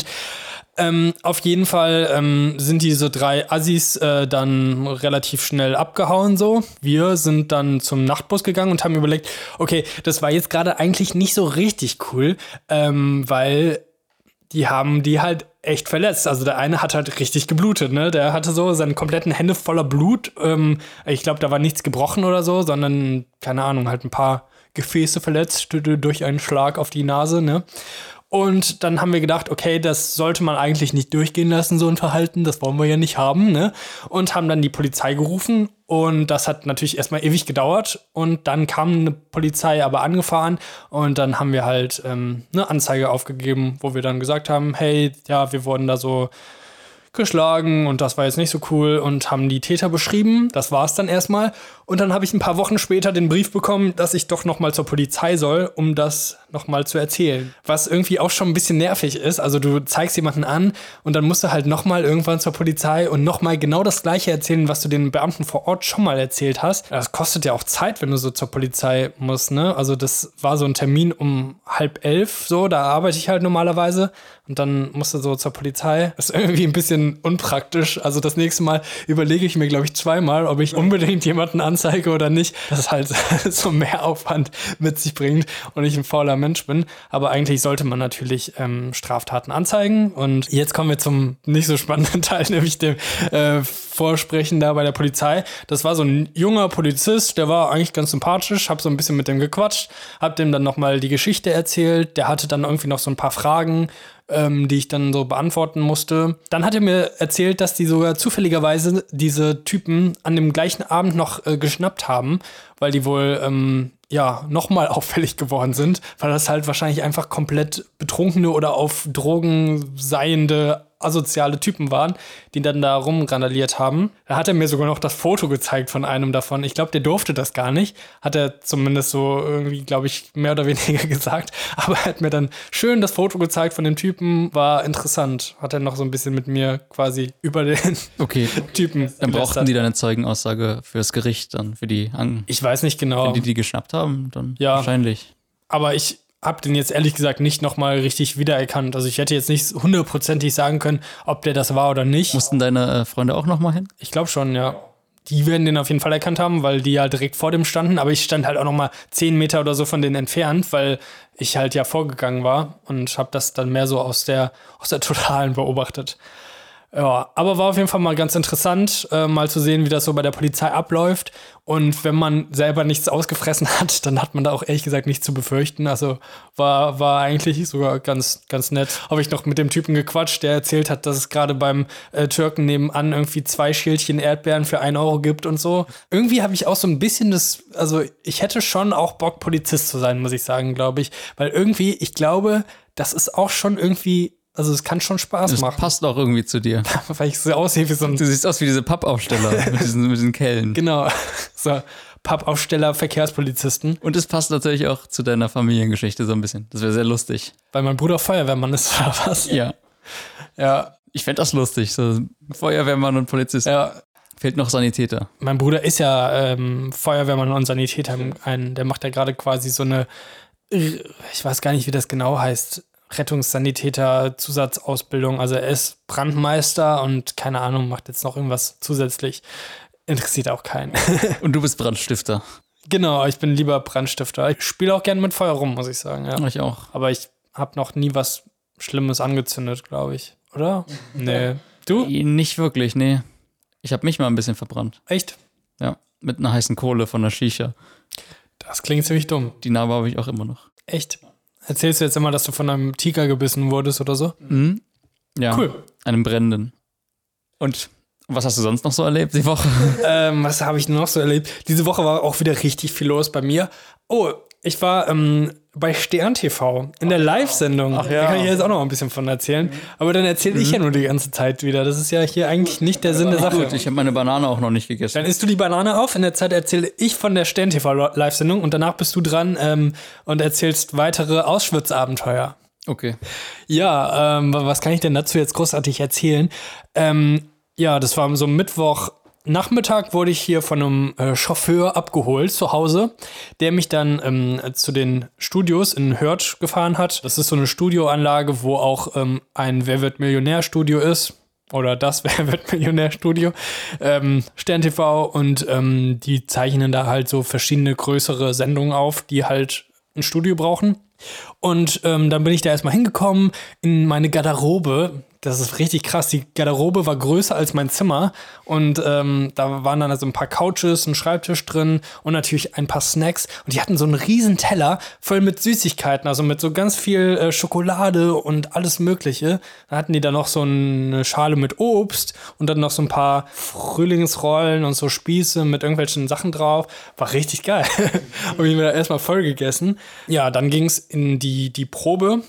Speaker 1: Auf jeden Fall sind diese 3 Assis dann relativ schnell abgehauen so. Wir sind dann zum Nachtbus gegangen und haben überlegt, okay, das war jetzt gerade eigentlich nicht so richtig cool, weil die haben die halt echt verletzt. Also der eine hat halt richtig geblutet, ne? Der hatte so seine kompletten Hände voller Blut. Ich glaube, da war nichts gebrochen oder so, sondern, keine Ahnung, halt ein paar Gefäße verletzt durch einen Schlag auf die Nase, ne? Und dann haben wir gedacht, okay, das sollte man eigentlich nicht durchgehen lassen, so ein Verhalten, das wollen wir ja nicht haben, ne? Und haben dann die Polizei gerufen und das hat natürlich erstmal ewig gedauert und dann kam eine Polizei aber angefahren und dann haben wir halt eine Anzeige aufgegeben, wo wir dann gesagt haben, hey, ja, wir wurden da so geschlagen und das war jetzt nicht so cool und haben die Täter beschrieben. Das war es dann erstmal. Und dann habe ich ein paar Wochen später den Brief bekommen, dass ich doch noch mal zur Polizei soll, um das noch mal zu erzählen. Was irgendwie auch schon ein bisschen nervig ist. Also du zeigst jemanden an und dann musst du halt noch mal irgendwann zur Polizei und noch mal genau das Gleiche erzählen, was du den Beamten vor Ort schon mal erzählt hast. Das kostet ja auch Zeit, wenn du so zur Polizei musst, ne? Also das war so ein Termin um 10:30 so, da arbeite ich halt normalerweise und dann musst du so zur Polizei. Das ist irgendwie ein bisschen unpraktisch. Also das nächste Mal überlege ich mir, glaube ich, 2-mal, ob ich unbedingt jemanden anzeige oder nicht. Das ist halt so mehr Aufwand mit sich bringt und ich ein fauler Mensch bin. Aber eigentlich sollte man natürlich Straftaten anzeigen. Und jetzt kommen wir zum nicht so spannenden Teil, nämlich dem Vorsprechen da bei der Polizei. Das war so ein junger Polizist, der war eigentlich ganz sympathisch, hab so ein bisschen mit dem gequatscht, hab dem dann nochmal die Geschichte erzählt. Der hatte dann irgendwie noch so ein paar Fragen, die ich dann so beantworten musste. Dann hat er mir erzählt, dass die sogar zufälligerweise diese Typen an dem gleichen Abend noch geschnappt haben, weil die wohl nochmal auffällig geworden sind, weil das halt wahrscheinlich einfach komplett betrunkene oder auf Drogen seiende asoziale Typen waren, die dann da rumrandaliert haben. Da hat er mir sogar noch das Foto gezeigt von einem davon. Ich glaube, der durfte das gar nicht. Hat er zumindest so irgendwie, glaube ich, mehr oder weniger gesagt. Aber er hat mir dann schön das Foto gezeigt von dem Typen. War interessant. Hat er noch so ein bisschen mit mir quasi über den Typen.
Speaker 2: Dann brauchten die dann eine Zeugenaussage fürs Gericht, dann für die
Speaker 1: Ich weiß nicht genau.
Speaker 2: Wenn die geschnappt haben, dann
Speaker 1: ja,
Speaker 2: wahrscheinlich.
Speaker 1: Aber ich habe den jetzt ehrlich gesagt nicht nochmal richtig wiedererkannt. Also ich hätte jetzt nicht 100%ig sagen können, ob der das war oder nicht.
Speaker 2: Mussten deine Freunde auch nochmal hin?
Speaker 1: Ich glaube schon, ja. Die werden den auf jeden Fall erkannt haben, weil die ja direkt vor dem standen. Aber ich stand halt auch nochmal 10 Meter oder so von denen entfernt, weil ich halt ja vorgegangen war und habe das dann mehr so aus der Totalen beobachtet. Ja, aber war auf jeden Fall mal ganz interessant, mal zu sehen, wie das so bei der Polizei abläuft. Und wenn man selber nichts ausgefressen hat, dann hat man da auch ehrlich gesagt nichts zu befürchten. Also war eigentlich sogar ganz, ganz nett. Habe ich noch mit dem Typen gequatscht, der erzählt hat, dass es gerade beim Türken nebenan irgendwie 2 Schälchen Erdbeeren für 1 Euro gibt und so. Irgendwie habe ich auch so ein bisschen also ich hätte schon auch Bock, Polizist zu sein, muss ich sagen, glaube ich. Weil irgendwie, ich glaube, das ist auch schon irgendwie. Also es kann schon Spaß machen.
Speaker 2: Das passt auch irgendwie zu dir.
Speaker 1: Weil ich so aussehe wie so ein...
Speaker 2: Du siehst aus wie diese Pappaufsteller mit diesen Kellen.
Speaker 1: Genau, so Pappaufsteller, Verkehrspolizisten.
Speaker 2: Und es passt natürlich auch zu deiner Familiengeschichte so ein bisschen. Das wäre sehr lustig.
Speaker 1: Weil mein Bruder Feuerwehrmann ist oder was?
Speaker 2: Ja.
Speaker 1: Ja.
Speaker 2: Ich fände das lustig, so Feuerwehrmann und Polizist.
Speaker 1: Ja.
Speaker 2: Fehlt noch Sanitäter.
Speaker 1: Mein Bruder ist ja Feuerwehrmann und Sanitäter. Der macht ja gerade quasi so eine, ich weiß gar nicht, wie das genau heißt, Rettungssanitäter-Zusatzausbildung. Also er ist Brandmeister und keine Ahnung, macht jetzt noch irgendwas zusätzlich. Interessiert auch keinen.
Speaker 2: Und du bist Brandstifter.
Speaker 1: Genau, ich bin lieber Brandstifter. Ich spiele auch gerne mit Feuer rum, muss ich sagen. Ja.
Speaker 2: Ich auch.
Speaker 1: Aber ich habe noch nie was Schlimmes angezündet, glaube ich. Oder? Nee. Du?
Speaker 2: Nicht wirklich, nee. Ich habe mich mal ein bisschen verbrannt.
Speaker 1: Echt?
Speaker 2: Ja, mit einer heißen Kohle von der Shisha.
Speaker 1: Das klingt ziemlich dumm.
Speaker 2: Die Narbe habe ich auch immer noch.
Speaker 1: Echt? Erzählst du jetzt immer, dass du von einem Tiger gebissen wurdest oder so?
Speaker 2: Mhm. Ja,
Speaker 1: cool.
Speaker 2: Einem brennenden. Und was hast du sonst noch so erlebt die Woche?
Speaker 1: Was habe ich noch so erlebt? Diese Woche war auch wieder richtig viel los bei mir. Oh, ich war bei Stern TV in der Live-Sendung. Ach ja. Da kann ich jetzt auch noch ein bisschen von erzählen. Aber dann erzähle ich ja nur die ganze Zeit wieder. Das ist ja hier eigentlich nicht der Sinn der Sache.
Speaker 2: Gut, ich habe meine Banane auch noch nicht gegessen.
Speaker 1: Dann isst du die Banane auf. In der Zeit erzähle ich von der Stern TV Live-Sendung und danach bist du dran und erzählst weitere Auschwitz-Abenteuer.
Speaker 2: Okay.
Speaker 1: Ja, was kann ich denn dazu jetzt großartig erzählen? Ja, das war so am Mittwochnachmittag, wurde ich hier von einem Chauffeur abgeholt zu Hause, der mich dann zu den Studios in Hürth gefahren hat. Das ist so eine Studioanlage, wo auch ein Wer wird Millionär-Studio ist. Oder das Wer wird Millionär-Studio. Stern TV und die zeichnen da halt so verschiedene größere Sendungen auf, die halt ein Studio brauchen. Und dann bin ich da erstmal hingekommen in meine Garderobe. Das ist richtig krass. Die Garderobe war größer als mein Zimmer. Und da waren dann also ein paar Couches, ein Schreibtisch drin und natürlich ein paar Snacks. Und die hatten so einen riesen Teller voll mit Süßigkeiten, also mit so ganz viel Schokolade und alles Mögliche. Dann hatten die da noch so eine Schale mit Obst und dann noch so ein paar Frühlingsrollen und so Spieße mit irgendwelchen Sachen drauf. War richtig geil. Habe ich mir da erstmal voll gegessen. Ja, dann ging es in die Probe.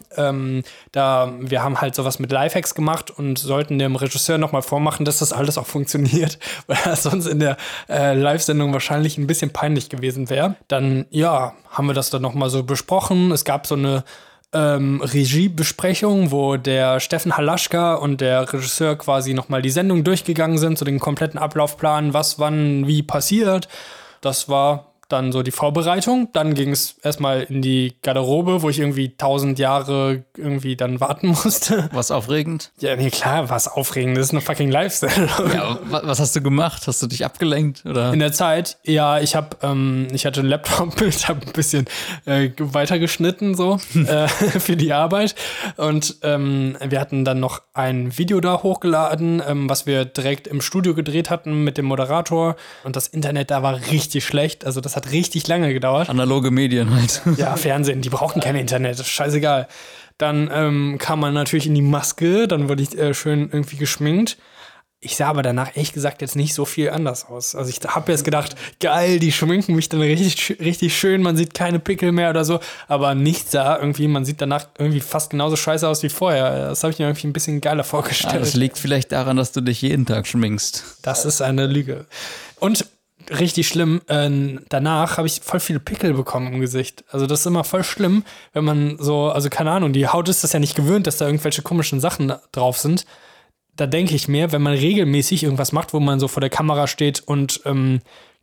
Speaker 1: Wir haben halt sowas mit Lifehacks gemacht und sollten dem Regisseur nochmal vormachen, dass das alles auch funktioniert, weil das sonst in der Live-Sendung wahrscheinlich ein bisschen peinlich gewesen wäre. Dann, ja, haben wir das dann nochmal so besprochen. Es gab so eine Regiebesprechung, wo der Steffen Halaschka und der Regisseur quasi nochmal die Sendung durchgegangen sind, so den kompletten Ablaufplan, was wann wie passiert. Das war dann so die Vorbereitung. Dann ging es erstmal in die Garderobe, wo ich irgendwie 1000 Jahre irgendwie dann warten musste.
Speaker 2: Was aufregend?
Speaker 1: Ja, nee, klar, was aufregend. Das ist eine fucking Live-Sendung.
Speaker 2: Ja, was hast du gemacht? Hast du dich abgelenkt? Oder?
Speaker 1: In der Zeit, ja, ich hatte einen Laptop, ich habe ein bisschen weitergeschnitten so für die Arbeit. Und wir hatten dann noch ein Video da hochgeladen, was wir direkt im Studio gedreht hatten mit dem Moderator. Und das Internet da war richtig schlecht. Also das hat richtig lange gedauert.
Speaker 2: Analoge Medien halt.
Speaker 1: Ja, Fernsehen, die brauchen kein Internet, das ist scheißegal. Dann kam man natürlich in die Maske, dann wurde ich schön irgendwie geschminkt. Ich sah aber danach ehrlich gesagt jetzt nicht so viel anders aus. Also ich habe jetzt gedacht, geil, die schminken mich dann richtig, richtig schön, man sieht keine Pickel mehr oder so. Aber nichts da irgendwie, man sieht danach irgendwie fast genauso scheiße aus wie vorher. Das habe ich mir irgendwie ein bisschen geiler vorgestellt.
Speaker 2: Ja, das liegt vielleicht daran, dass du dich jeden Tag schminkst.
Speaker 1: Das ist eine Lüge. Und richtig schlimm, danach habe ich voll viele Pickel bekommen im Gesicht. Also das ist immer voll schlimm, wenn man so, also keine Ahnung, die Haut ist das ja nicht gewöhnt, dass da irgendwelche komischen Sachen drauf sind. Da denke ich mir, wenn man regelmäßig irgendwas macht, wo man so vor der Kamera steht und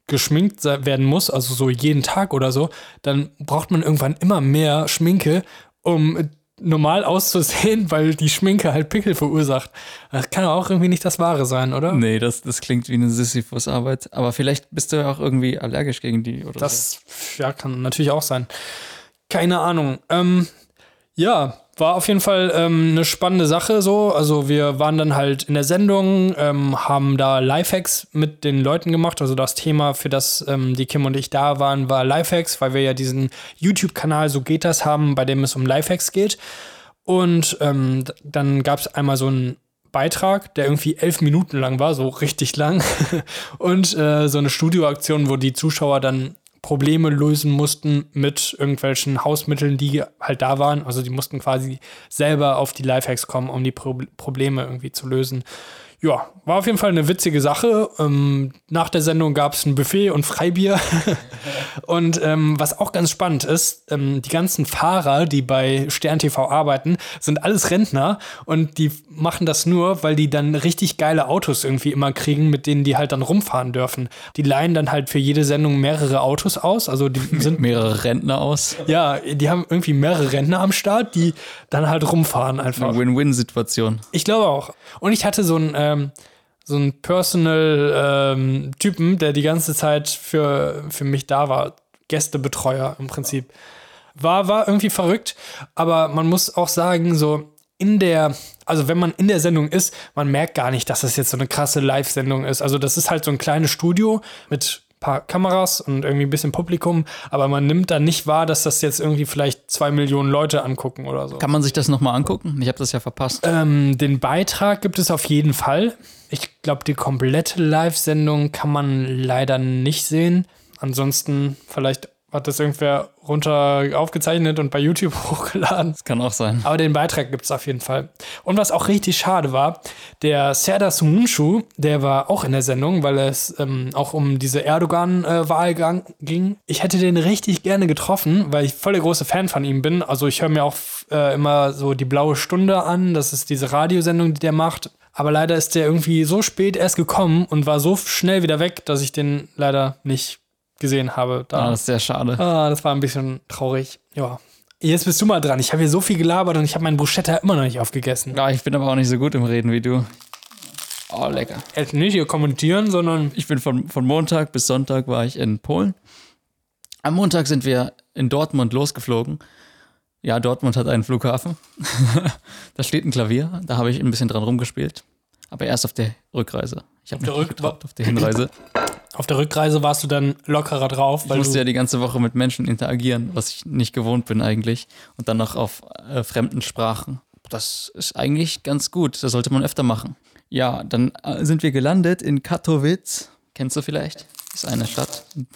Speaker 1: geschminkt werden muss, also so jeden Tag oder so, dann braucht man irgendwann immer mehr Schminke, um normal auszusehen, weil die Schminke halt Pickel verursacht. Das kann auch irgendwie nicht das Wahre sein, oder?
Speaker 2: Nee, das klingt wie eine Sisyphus-Arbeit. Aber vielleicht bist du ja auch irgendwie allergisch gegen die oder
Speaker 1: Das ja, kann natürlich auch sein. Keine Ahnung. Ja, war auf jeden Fall eine spannende Sache so. Also wir waren dann halt in der Sendung, haben da Lifehacks mit den Leuten gemacht. Also das Thema, für das die Kim und ich da waren, war Lifehacks, weil wir ja diesen YouTube-Kanal So geht das haben, bei dem es um Lifehacks geht. Und dann gab es einmal so einen Beitrag, der irgendwie 11 Minuten lang war, so richtig lang. Und so eine Studioaktion, wo die Zuschauer dann Probleme lösen mussten mit irgendwelchen Hausmitteln, die halt da waren. Also die mussten quasi selber auf die Lifehacks kommen, um die Probleme irgendwie zu lösen. Ja, war auf jeden Fall eine witzige Sache. Nach der Sendung gab es ein Buffet und Freibier. Und was auch ganz spannend ist, die ganzen Fahrer, die bei Stern TV arbeiten, sind alles Rentner und die machen das nur, weil die dann richtig geile Autos irgendwie immer kriegen, mit denen die halt dann rumfahren dürfen. Die leihen dann halt für jede Sendung mehrere Autos aus. Also die sind
Speaker 2: mehrere Rentner aus.
Speaker 1: Ja, die haben irgendwie mehrere Rentner am Start, die dann halt rumfahren einfach.
Speaker 2: Eine Win-Win-Situation.
Speaker 1: Ich glaube auch. Und ich hatte so einen Personal-Typen, der die ganze Zeit für mich da war. Gästebetreuer im Prinzip. War irgendwie verrückt, aber man muss auch sagen, so also wenn man in der Sendung ist, man merkt gar nicht, dass das jetzt so eine krasse Live-Sendung ist. Also das ist halt so ein kleines Studio mit ein paar Kameras und irgendwie ein bisschen Publikum, aber man nimmt dann nicht wahr, dass das jetzt irgendwie vielleicht 2 Millionen Leute angucken oder so.
Speaker 2: Kann man sich das nochmal angucken? Ich habe das ja verpasst.
Speaker 1: Den Beitrag gibt es auf jeden Fall. Ich glaube, die komplette Live-Sendung kann man leider nicht sehen. Ansonsten vielleicht hat das irgendwer runter aufgezeichnet und bei YouTube hochgeladen.
Speaker 2: Das kann auch sein.
Speaker 1: Aber den Beitrag gibt es auf jeden Fall. Und was auch richtig schade war, der Serdar Somuncu, der war auch in der Sendung, weil es auch um diese Erdogan-Wahl ging. Ich hätte den richtig gerne getroffen, weil ich voll der große Fan von ihm bin. Also ich höre mir auch immer so die Blaue Stunde an. Das ist diese Radiosendung, die der macht. Aber leider ist der irgendwie so spät erst gekommen und war so schnell wieder weg, dass ich den leider nicht gesehen habe.
Speaker 2: Das ist sehr schade.
Speaker 1: Das war ein bisschen traurig. Ja. Jetzt bist du mal dran. Ich habe hier so viel gelabert und ich habe meinen Bruschetta immer noch nicht aufgegessen.
Speaker 2: Ja, ich bin aber auch nicht so gut im Reden wie du. Oh, lecker.
Speaker 1: Jetzt nicht hier kommentieren, sondern...
Speaker 2: Ich bin von Montag bis Sonntag war ich in Polen. Am Montag sind wir in Dortmund losgeflogen. Ja, Dortmund hat einen Flughafen. Da steht ein Klavier. Da habe ich ein bisschen dran rumgespielt. Aber erst auf der Rückreise. Ich habe mich getraut auf der Hinreise.
Speaker 1: Auf der Rückreise warst du dann lockerer drauf, weil
Speaker 2: ich musste ja die ganze Woche mit Menschen interagieren, was ich nicht gewohnt bin eigentlich. Und dann noch auf fremden Sprachen. Das ist eigentlich ganz gut. Das sollte man öfter machen. Ja, dann sind wir gelandet in Katowice. Kennst du vielleicht? Das ist eine Stadt, die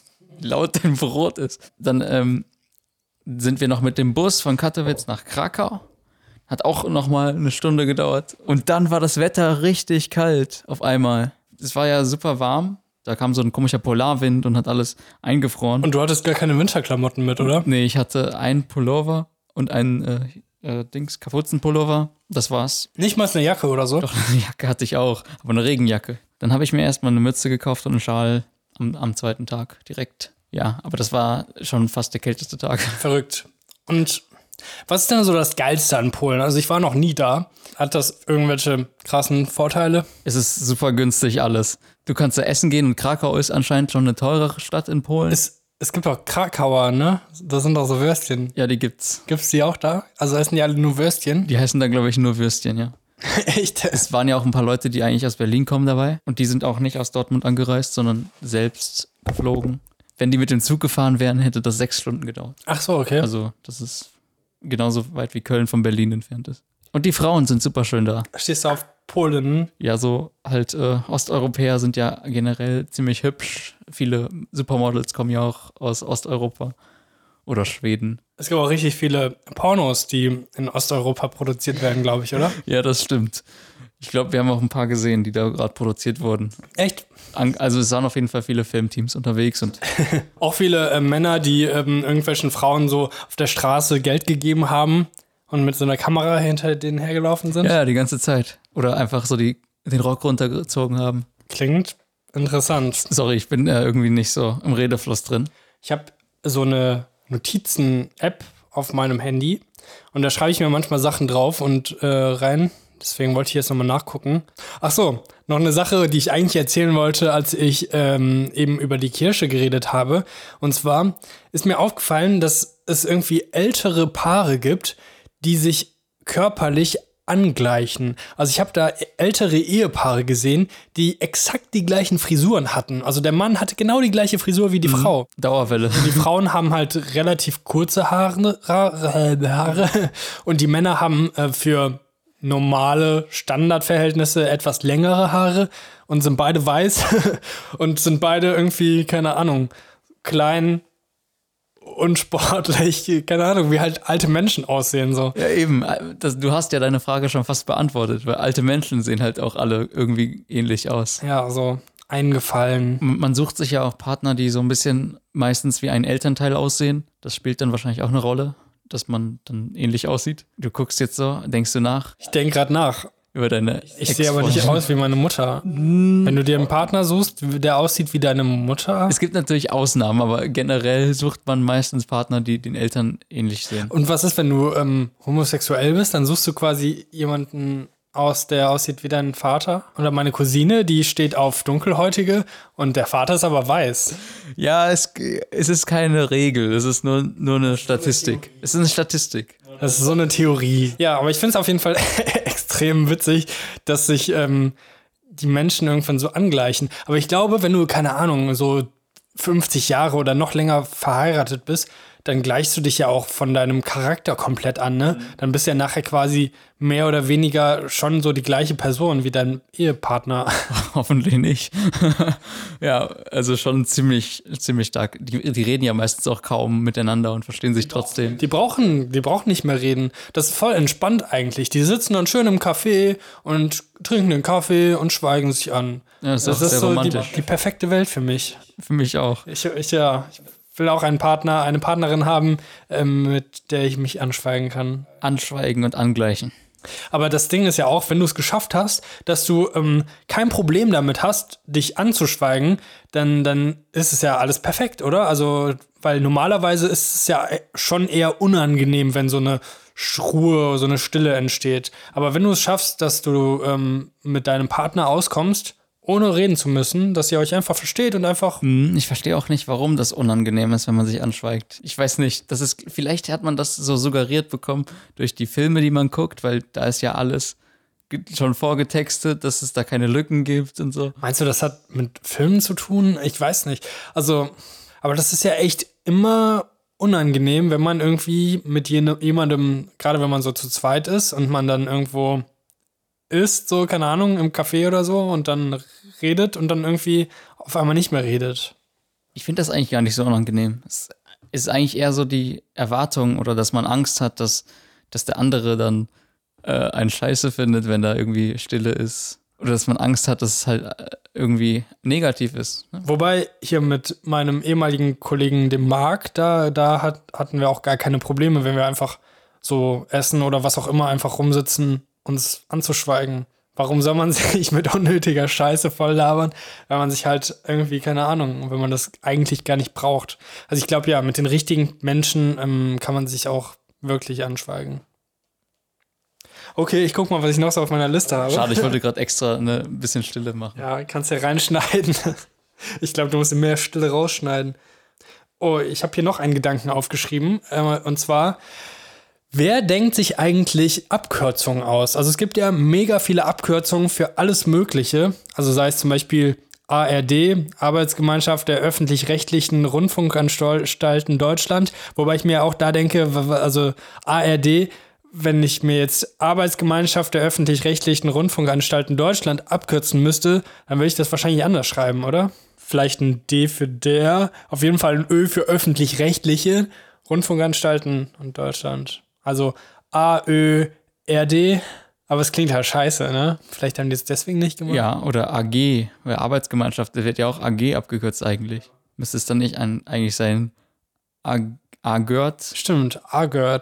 Speaker 2: laut im Brot ist. Dann sind wir noch mit dem Bus von Katowice nach Krakau. Hat auch noch mal eine Stunde gedauert. Und dann war das Wetter richtig kalt auf einmal. Es war ja super warm. Da kam so ein komischer Polarwind und hat alles eingefroren.
Speaker 1: Und du hattest gar keine Winterklamotten mit, oder?
Speaker 2: Nee, ich hatte einen Pullover und einen Kapuzenpullover. Das war's.
Speaker 1: Nicht mal eine Jacke oder so?
Speaker 2: Doch, eine Jacke hatte ich auch, aber eine Regenjacke. Dann habe ich mir erstmal eine Mütze gekauft und einen Schal am zweiten Tag direkt. Ja, aber das war schon fast der kälteste Tag.
Speaker 1: Verrückt. Und was ist denn so das Geilste an Polen? Also ich war noch nie da. Hat das irgendwelche krassen Vorteile?
Speaker 2: Es ist super günstig alles. Du kannst da essen gehen und Krakau ist anscheinend schon eine teurere Stadt in Polen.
Speaker 1: Es gibt auch Krakauer, ne? Das sind doch so Würstchen.
Speaker 2: Ja, die gibt's.
Speaker 1: Gibt's die auch da? Also essen die alle nur Würstchen?
Speaker 2: Die heißen da, glaube ich, nur Würstchen, ja.
Speaker 1: Echt?
Speaker 2: Es waren ja auch ein paar Leute, die eigentlich aus Berlin kommen dabei. Und die sind auch nicht aus Dortmund angereist, sondern selbst geflogen. Wenn die mit dem Zug gefahren wären, hätte das 6 Stunden gedauert.
Speaker 1: Ach so, okay.
Speaker 2: Also das ist genauso weit wie Köln von Berlin entfernt ist. Und die Frauen sind super schön da.
Speaker 1: Stehst du auf Polen?
Speaker 2: Ja, so halt Osteuropäer sind ja generell ziemlich hübsch. Viele Supermodels kommen ja auch aus Osteuropa oder Schweden.
Speaker 1: Es gibt auch richtig viele Pornos, die in Osteuropa produziert werden, glaube ich, oder?
Speaker 2: Ja, das stimmt. Ich glaube, wir haben auch ein paar gesehen, die da gerade produziert wurden.
Speaker 1: Echt?
Speaker 2: Also es waren auf jeden Fall viele Filmteams unterwegs. Und
Speaker 1: auch viele Männer, die irgendwelchen Frauen so auf der Straße Geld gegeben haben und mit so einer Kamera hinter denen hergelaufen sind.
Speaker 2: Ja, die ganze Zeit. Oder einfach so den Rock runtergezogen haben.
Speaker 1: Klingt Interessant.
Speaker 2: Sorry, ich bin irgendwie nicht so im Redefluss drin.
Speaker 1: Ich habe so eine Notizen-App auf meinem Handy und da schreibe ich mir manchmal Sachen drauf und rein. Deswegen wollte ich jetzt nochmal nachgucken. Ach so, noch eine Sache, die ich eigentlich erzählen wollte, als ich eben über die Kirche geredet habe. Und zwar ist mir aufgefallen, dass es irgendwie ältere Paare gibt, die sich körperlich angleichen. Also ich habe da ältere Ehepaare gesehen, die exakt die gleichen Frisuren hatten. Also der Mann hatte genau die gleiche Frisur wie die Frau.
Speaker 2: Dauerwelle.
Speaker 1: Die Frauen haben halt relativ kurze Haare und die Männer haben für normale Standardverhältnisse etwas längere Haare und sind beide weiß und sind beide irgendwie, keine Ahnung, klein, unsportlich, keine Ahnung, wie halt alte Menschen aussehen so.
Speaker 2: Ja, eben. Du hast ja deine Frage schon fast beantwortet, weil alte Menschen sehen halt auch alle irgendwie ähnlich aus.
Speaker 1: Ja, so eingefallen.
Speaker 2: Man sucht sich ja auch Partner, die so ein bisschen meistens wie ein Elternteil aussehen. Das spielt dann wahrscheinlich auch eine Rolle, dass man dann ähnlich aussieht. Du guckst jetzt so, denkst du nach
Speaker 1: Ich denke gerade nach.
Speaker 2: über deine
Speaker 1: Ich sehe aber nicht aus wie meine Mutter. Wenn du dir einen Partner suchst, der aussieht wie deine Mutter.
Speaker 2: Es gibt natürlich Ausnahmen, aber generell sucht man meistens Partner, die den Eltern ähnlich sehen.
Speaker 1: Und was ist, wenn du homosexuell bist? Dann suchst du quasi jemanden aus, der aussieht wie dein Vater. Oder meine Cousine, die steht auf Dunkelhäutige und der Vater ist aber weiß.
Speaker 2: Ja, es ist keine Regel, es ist nur eine Statistik. Es ist eine Statistik.
Speaker 1: Das ist so eine Theorie. Ja, aber ich finde es auf jeden Fall extrem witzig, dass sich die Menschen irgendwann so angleichen. Aber ich glaube, wenn du, keine Ahnung, so 50 Jahre oder noch länger verheiratet bist, dann gleichst du dich ja auch von deinem Charakter komplett an, ne? Dann bist du ja nachher quasi mehr oder weniger schon so die gleiche Person wie dein Ehepartner.
Speaker 2: Hoffentlich nicht. Ja, also schon ziemlich stark. Die reden ja meistens auch kaum miteinander und verstehen sich trotzdem.
Speaker 1: Die brauchen nicht mehr reden. Das ist voll entspannt eigentlich. Die sitzen dann schön im Café und trinken den Kaffee und schweigen sich an.
Speaker 2: Ja, das ist
Speaker 1: ist
Speaker 2: sehr
Speaker 1: so
Speaker 2: romantisch.
Speaker 1: die perfekte Welt für mich.
Speaker 2: Für mich auch.
Speaker 1: Ich will auch einen Partner, eine Partnerin haben, mit der ich mich anschweigen kann.
Speaker 2: Anschweigen und angleichen.
Speaker 1: Aber das Ding ist ja auch, wenn du es geschafft hast, dass du kein Problem damit hast, dich anzuschweigen, dann ist es ja alles perfekt, oder? Also, weil normalerweise ist es ja schon eher unangenehm, wenn so eine Ruhe, so eine Stille entsteht. Aber wenn du es schaffst, dass du mit deinem Partner auskommst, ohne reden zu müssen, dass ihr euch einfach versteht und einfach...
Speaker 2: Ich verstehe auch nicht, warum das unangenehm ist, wenn man sich anschweigt. Ich weiß nicht, vielleicht hat man das so suggeriert bekommen durch die Filme, die man guckt, weil da ist ja alles schon vorgetextet, dass es da keine Lücken gibt und so.
Speaker 1: Meinst du, das hat mit Filmen zu tun? Ich weiß nicht. Also, aber das ist ja echt immer unangenehm, wenn man irgendwie mit jemandem, gerade wenn man so zu zweit ist und man dann irgendwo ist, so, keine Ahnung, im Café oder so und dann redet und dann irgendwie auf einmal nicht mehr redet.
Speaker 2: Ich finde das eigentlich gar nicht so unangenehm. Es ist eigentlich eher so die Erwartung oder dass man Angst hat, dass der andere dann einen Scheiße findet, wenn da irgendwie Stille ist. Oder dass man Angst hat, dass es halt irgendwie negativ ist. Ne?
Speaker 1: Wobei hier mit meinem ehemaligen Kollegen, dem Marc, hatten wir auch gar keine Probleme, wenn wir einfach so essen oder was auch immer, einfach rumsitzen, uns anzuschweigen. Warum soll man sich mit unnötiger Scheiße voll labern, wenn man sich halt irgendwie, keine Ahnung, wenn man das eigentlich gar nicht braucht. Also ich glaube ja, mit den richtigen Menschen kann man sich auch wirklich anschweigen. Okay, ich guck mal, was ich noch so auf meiner Liste habe.
Speaker 2: Schade, ich wollte gerade extra ein bisschen Stille machen.
Speaker 1: Ja, kannst ja reinschneiden. Ich glaube, du musst mehr Stille rausschneiden. Oh, ich habe hier noch einen Gedanken aufgeschrieben. Und zwar, wer denkt sich eigentlich Abkürzungen aus? Also es gibt ja mega viele Abkürzungen für alles Mögliche. Also sei es zum Beispiel ARD, Arbeitsgemeinschaft der öffentlich-rechtlichen Rundfunkanstalten Deutschland. Wobei ich mir auch da denke, also ARD, wenn ich mir jetzt Arbeitsgemeinschaft der öffentlich-rechtlichen Rundfunkanstalten Deutschland abkürzen müsste, dann würde ich das wahrscheinlich anders schreiben, oder? Vielleicht ein D für der, auf jeden Fall ein Ö für öffentlich-rechtliche Rundfunkanstalten in Deutschland. Also AÖRD, aber es klingt halt scheiße, ne? Vielleicht haben die es deswegen nicht gemacht.
Speaker 2: Ja, oder AG, weil Arbeitsgemeinschaft, da wird ja auch AG abgekürzt eigentlich. Müsste es dann nicht eigentlich sein AGÖRT?
Speaker 1: Stimmt, AGÖRT.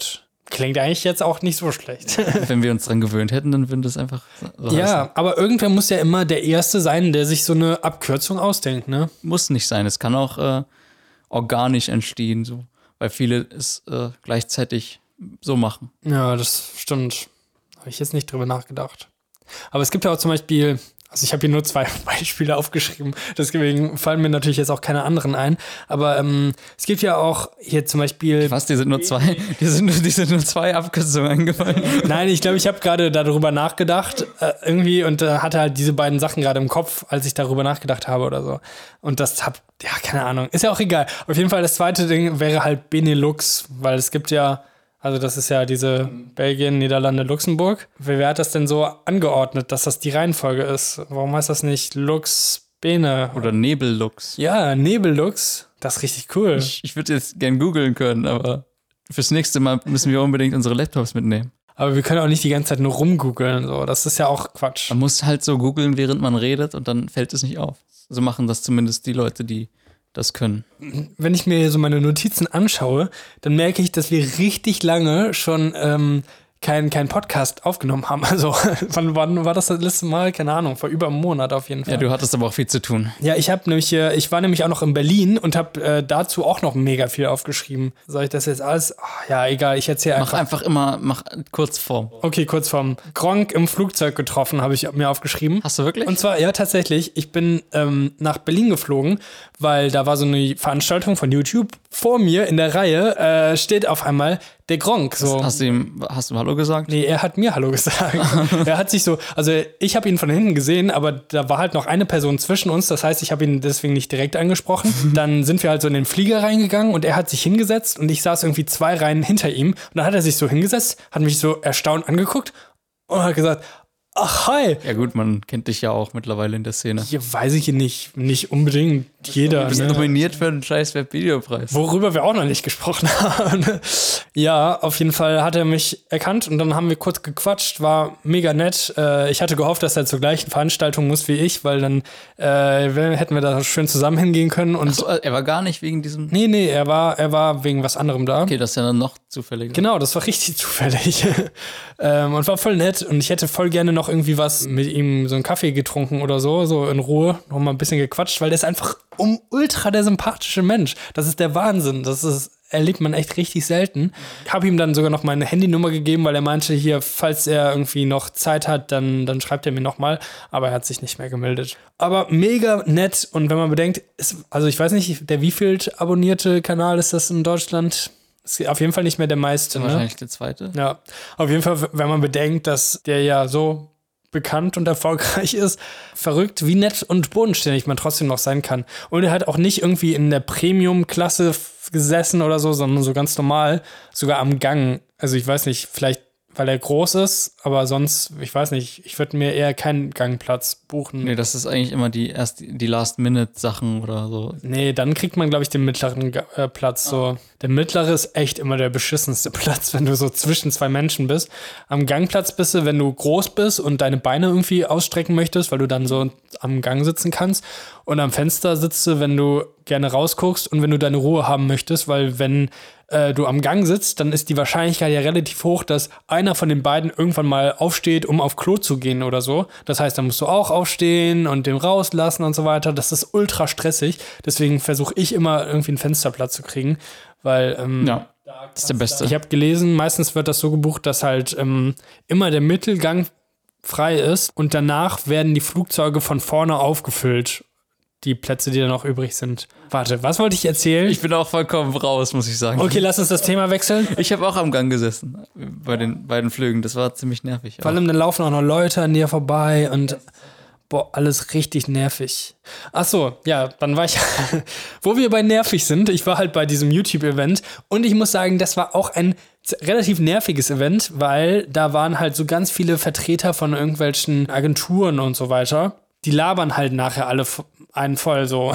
Speaker 1: Klingt eigentlich jetzt auch nicht so schlecht.
Speaker 2: Wenn wir uns dran gewöhnt hätten, dann würde das einfach so heißen.
Speaker 1: Ja, aber irgendwer muss ja immer der Erste sein, der sich so eine Abkürzung ausdenkt, ne?
Speaker 2: Muss nicht sein. Es kann auch organisch entstehen, so, weil viele es gleichzeitig so machen.
Speaker 1: Ja, das stimmt. Habe ich jetzt nicht drüber nachgedacht. Aber es gibt ja auch zum Beispiel, also ich habe hier nur 2 Beispiele aufgeschrieben, deswegen fallen mir natürlich jetzt auch keine anderen ein. Aber es gibt ja auch hier zum Beispiel.
Speaker 2: Was? Die sind nur 2? Die sind nur 2 Abkürzungen eingefallen.
Speaker 1: Nein, ich glaube, ich habe gerade darüber nachgedacht irgendwie und hatte halt diese beiden Sachen gerade im Kopf, als ich darüber nachgedacht habe oder so. Und das ja, keine Ahnung. Ist ja auch egal. Auf jeden Fall das zweite Ding wäre halt Benelux, weil es gibt ja. Also das ist ja diese Belgien, Niederlande, Luxemburg. Wer hat das denn so angeordnet, dass das die Reihenfolge ist? Warum heißt das nicht Lux Bene?
Speaker 2: Oder Nebellux.
Speaker 1: Ja, Nebellux. Das ist richtig cool.
Speaker 2: Ich würde jetzt gern googeln können, aber fürs nächste Mal müssen wir unbedingt unsere Laptops mitnehmen.
Speaker 1: Aber wir können auch nicht die ganze Zeit nur rumgoogeln. So. Das ist ja auch Quatsch.
Speaker 2: Man muss halt so googeln, während man redet und dann fällt es nicht auf. So machen das zumindest die Leute, die das können.
Speaker 1: Wenn ich mir so meine Notizen anschaue, dann merke ich, dass wir richtig lange schon kein Podcast aufgenommen haben. Also wann war das letzte Mal? Keine Ahnung, vor über einem Monat auf jeden Fall.
Speaker 2: Ja, du hattest aber auch viel zu tun.
Speaker 1: Ja, ich war nämlich auch noch in Berlin und habe dazu auch noch mega viel aufgeschrieben. Soll ich das jetzt alles? Oh, ja, egal, ich erzähle
Speaker 2: Mach Kurzform.
Speaker 1: Okay, Kurzform. Gronkh im Flugzeug getroffen, habe ich mir aufgeschrieben.
Speaker 2: Hast du wirklich?
Speaker 1: Und zwar, ja, tatsächlich. Ich bin nach Berlin geflogen, weil da war so eine Veranstaltung von YouTube. Vor mir in der Reihe steht auf einmal der Gronkh. So.
Speaker 2: Hast du Hallo gesagt?
Speaker 1: Nee, er hat mir Hallo gesagt. Er hat sich so, also ich habe ihn von hinten gesehen, aber da war halt noch eine Person zwischen uns. Das heißt, ich habe ihn deswegen nicht direkt angesprochen. Dann sind wir halt so in den Flieger reingegangen und er hat sich hingesetzt und ich saß irgendwie 2 Reihen hinter ihm. Und dann hat er sich so hingesetzt, hat mich so erstaunt angeguckt und hat gesagt, ach, hi.
Speaker 2: Ja gut, man kennt dich ja auch mittlerweile in der Szene.
Speaker 1: Hier weiß ich nicht unbedingt jeder.
Speaker 2: Du bist
Speaker 1: ne?
Speaker 2: nominiert für einen scheiß Webvideopreis.
Speaker 1: Worüber wir auch noch nicht gesprochen haben. Ja, auf jeden Fall hat er mich erkannt und dann haben wir kurz gequatscht, war mega nett. Ich hatte gehofft, dass er zur gleichen Veranstaltung muss wie ich, weil dann hätten wir da schön zusammen hingehen können. Und
Speaker 2: ach so, er war gar nicht wegen diesem...
Speaker 1: Nee, er war wegen was anderem da.
Speaker 2: Okay, das ist ja dann noch zufälliger.
Speaker 1: Genau, das war richtig zufällig. Und war voll nett und ich hätte voll gerne noch irgendwie was mit ihm, so einen Kaffee getrunken oder so in Ruhe, noch mal ein bisschen gequatscht, weil der ist einfach ultra der sympathische Mensch. Das ist der Wahnsinn. Erlebt man echt richtig selten. Ich habe ihm dann sogar noch meine Handynummer gegeben, weil er meinte, hier, falls er irgendwie noch Zeit hat, dann schreibt er mir nochmal. Aber er hat sich nicht mehr gemeldet. Aber mega nett. Und wenn man bedenkt, also ich weiß nicht, der wievielte abonnierte Kanal ist das in Deutschland? Ist auf jeden Fall nicht mehr der meiste.
Speaker 2: Wahrscheinlich der zweite.
Speaker 1: Ja, auf jeden Fall, wenn man bedenkt, dass der ja so bekannt und erfolgreich ist, verrückt, wie nett und bodenständig man trotzdem noch sein kann. Und er hat auch nicht irgendwie in der Premium-Klasse gesessen oder so, sondern so ganz normal, sogar am Gang. Also ich weiß nicht, vielleicht weil er groß ist, aber sonst, ich weiß nicht, ich würde mir eher keinen Gangplatz buchen.
Speaker 2: Nee, das ist eigentlich immer die Last-Minute-Sachen oder so.
Speaker 1: Nee, dann kriegt man, glaube ich, den mittleren Platz. So. Der mittlere ist echt immer der beschissenste Platz, wenn du so zwischen 2 Menschen bist. Am Gangplatz bist du, wenn du groß bist und deine Beine irgendwie ausstrecken möchtest, weil du dann so am Gang sitzen kannst. Und am Fenster sitzt du, wenn du gerne rausguckst und wenn du deine Ruhe haben möchtest, weil wenn du am Gang sitzt, dann ist die Wahrscheinlichkeit ja relativ hoch, dass einer von den beiden irgendwann mal aufsteht, um auf Klo zu gehen oder so. Das heißt, dann musst du auch aufstehen und den rauslassen und so weiter. Das ist ultra stressig. Deswegen versuche ich immer irgendwie einen Fensterplatz zu kriegen, weil
Speaker 2: ja, das ist der Beste.
Speaker 1: Ich habe gelesen, meistens wird das so gebucht, dass halt immer der Mittelgang frei ist und danach werden die Flugzeuge von vorne aufgefüllt. Die Plätze, die da noch übrig sind. Warte, was wollte ich erzählen?
Speaker 2: Ich bin auch vollkommen raus, muss ich sagen.
Speaker 1: Okay, lass uns das Thema wechseln.
Speaker 2: Ich habe auch am Gang gesessen bei den beiden Flügen. Das war ziemlich nervig.
Speaker 1: Vor allem, dann laufen auch noch Leute an dir vorbei und alles richtig nervig. Ach so, ja, dann war ich, wo wir bei nervig sind, ich war halt bei diesem YouTube-Event und ich muss sagen, das war auch ein relativ nerviges Event, weil da waren halt so ganz viele Vertreter von irgendwelchen Agenturen und so weiter. Die labern halt nachher alle einen voll so.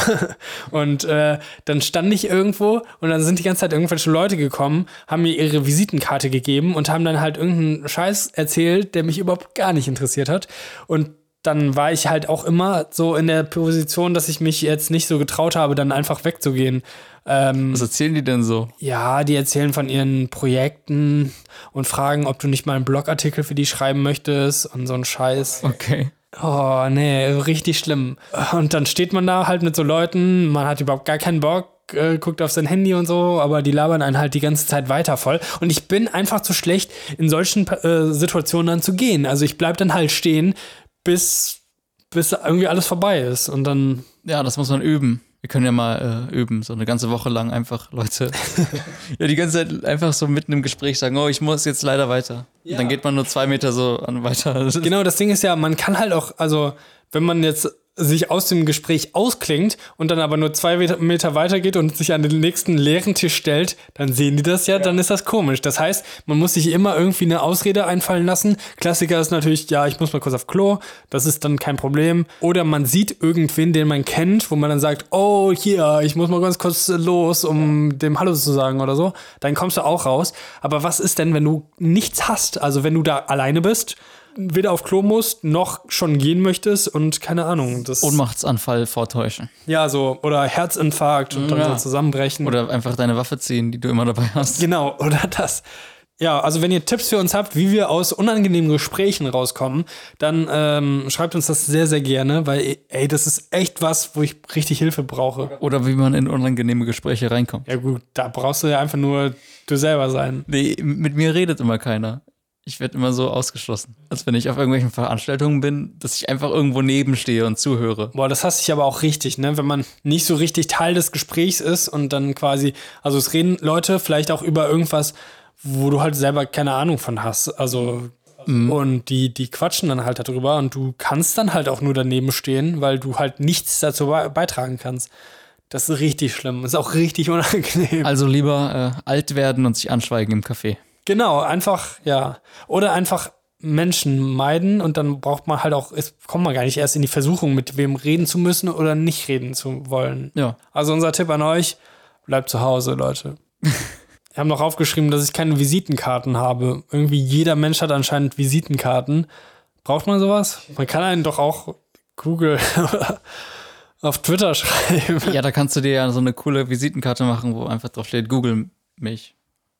Speaker 1: Und dann stand ich irgendwo und dann sind die ganze Zeit irgendwelche Leute gekommen, haben mir ihre Visitenkarte gegeben und haben dann halt irgendeinen Scheiß erzählt, der mich überhaupt gar nicht interessiert hat. Und dann war ich halt auch immer so in der Position, dass ich mich jetzt nicht so getraut habe, dann einfach wegzugehen.
Speaker 2: Was erzählen die denn so?
Speaker 1: Ja, die erzählen von ihren Projekten und fragen, ob du nicht mal einen Blogartikel für die schreiben möchtest und so ein Scheiß.
Speaker 2: Okay.
Speaker 1: Oh, nee, richtig schlimm. Und dann steht man da halt mit so Leuten, man hat überhaupt gar keinen Bock, guckt auf sein Handy und so, aber die labern einen halt die ganze Zeit weiter voll. Und ich bin einfach zu schlecht, in solchen Situationen dann zu gehen. Also ich bleib dann halt stehen, bis irgendwie alles vorbei ist. Und dann...
Speaker 2: Ja, das muss man üben. Wir können ja mal üben, so eine ganze Woche lang einfach Leute ja die ganze Zeit einfach so mitten im Gespräch sagen, oh, ich muss jetzt leider weiter. Ja. Und dann geht man nur 2 Meter so weiter.
Speaker 1: Genau, das Ding ist ja, man kann halt auch, also wenn man jetzt sich aus dem Gespräch ausklingt und dann aber nur 2 Meter weitergeht und sich an den nächsten leeren Tisch stellt, dann sehen die das ja, dann ist das komisch. Das heißt, man muss sich immer irgendwie eine Ausrede einfallen lassen. Klassiker ist natürlich, ja, ich muss mal kurz auf Klo, das ist dann kein Problem. Oder man sieht irgendwen, den man kennt, wo man dann sagt, oh, hier, ich muss mal ganz kurz los, um dem Hallo zu sagen oder so. Dann kommst du auch raus. Aber was ist denn, wenn du nichts hast? Also wenn du da alleine bist, weder auf Klo musst, noch schon gehen möchtest und keine Ahnung. Das
Speaker 2: Ohnmachtsanfall vortäuschen.
Speaker 1: Ja, so. Oder Herzinfarkt und dann so zusammenbrechen.
Speaker 2: Oder einfach deine Waffe ziehen, die du immer dabei hast.
Speaker 1: Genau, oder das. Ja, also wenn ihr Tipps für uns habt, wie wir aus unangenehmen Gesprächen rauskommen, dann schreibt uns das sehr, sehr gerne, weil, ey, das ist echt was, wo ich richtig Hilfe brauche.
Speaker 2: Oder wie man in unangenehme Gespräche reinkommt.
Speaker 1: Ja gut, da brauchst du ja einfach nur du selber sein.
Speaker 2: Nee, mit mir redet immer keiner. Ich werde immer so ausgeschlossen. Als wenn ich auf irgendwelchen Veranstaltungen bin, dass ich einfach irgendwo nebenstehe und zuhöre.
Speaker 1: Boah, das hasse ich aber auch richtig, ne? Wenn man nicht so richtig Teil des Gesprächs ist und dann quasi, also es reden Leute vielleicht auch über irgendwas, wo du halt selber keine Ahnung von hast. Also, und die quatschen dann halt darüber und du kannst dann halt auch nur daneben stehen, weil du halt nichts dazu beitragen kannst. Das ist richtig schlimm. Das ist auch richtig unangenehm.
Speaker 2: Also lieber alt werden und sich anschweigen im Café.
Speaker 1: Genau, einfach, ja. Oder einfach Menschen meiden und dann braucht man halt auch, kommt man gar nicht erst in die Versuchung, mit wem reden zu müssen oder nicht reden zu wollen.
Speaker 2: Ja.
Speaker 1: Also unser Tipp an euch, bleibt zu Hause, Leute. Wir haben noch aufgeschrieben, dass ich keine Visitenkarten habe. Irgendwie jeder Mensch hat anscheinend Visitenkarten. Braucht man sowas? Man kann einen doch auch Google oder auf Twitter schreiben.
Speaker 2: Ja, da kannst du dir ja so eine coole Visitenkarte machen, wo einfach drauf steht, Google mich.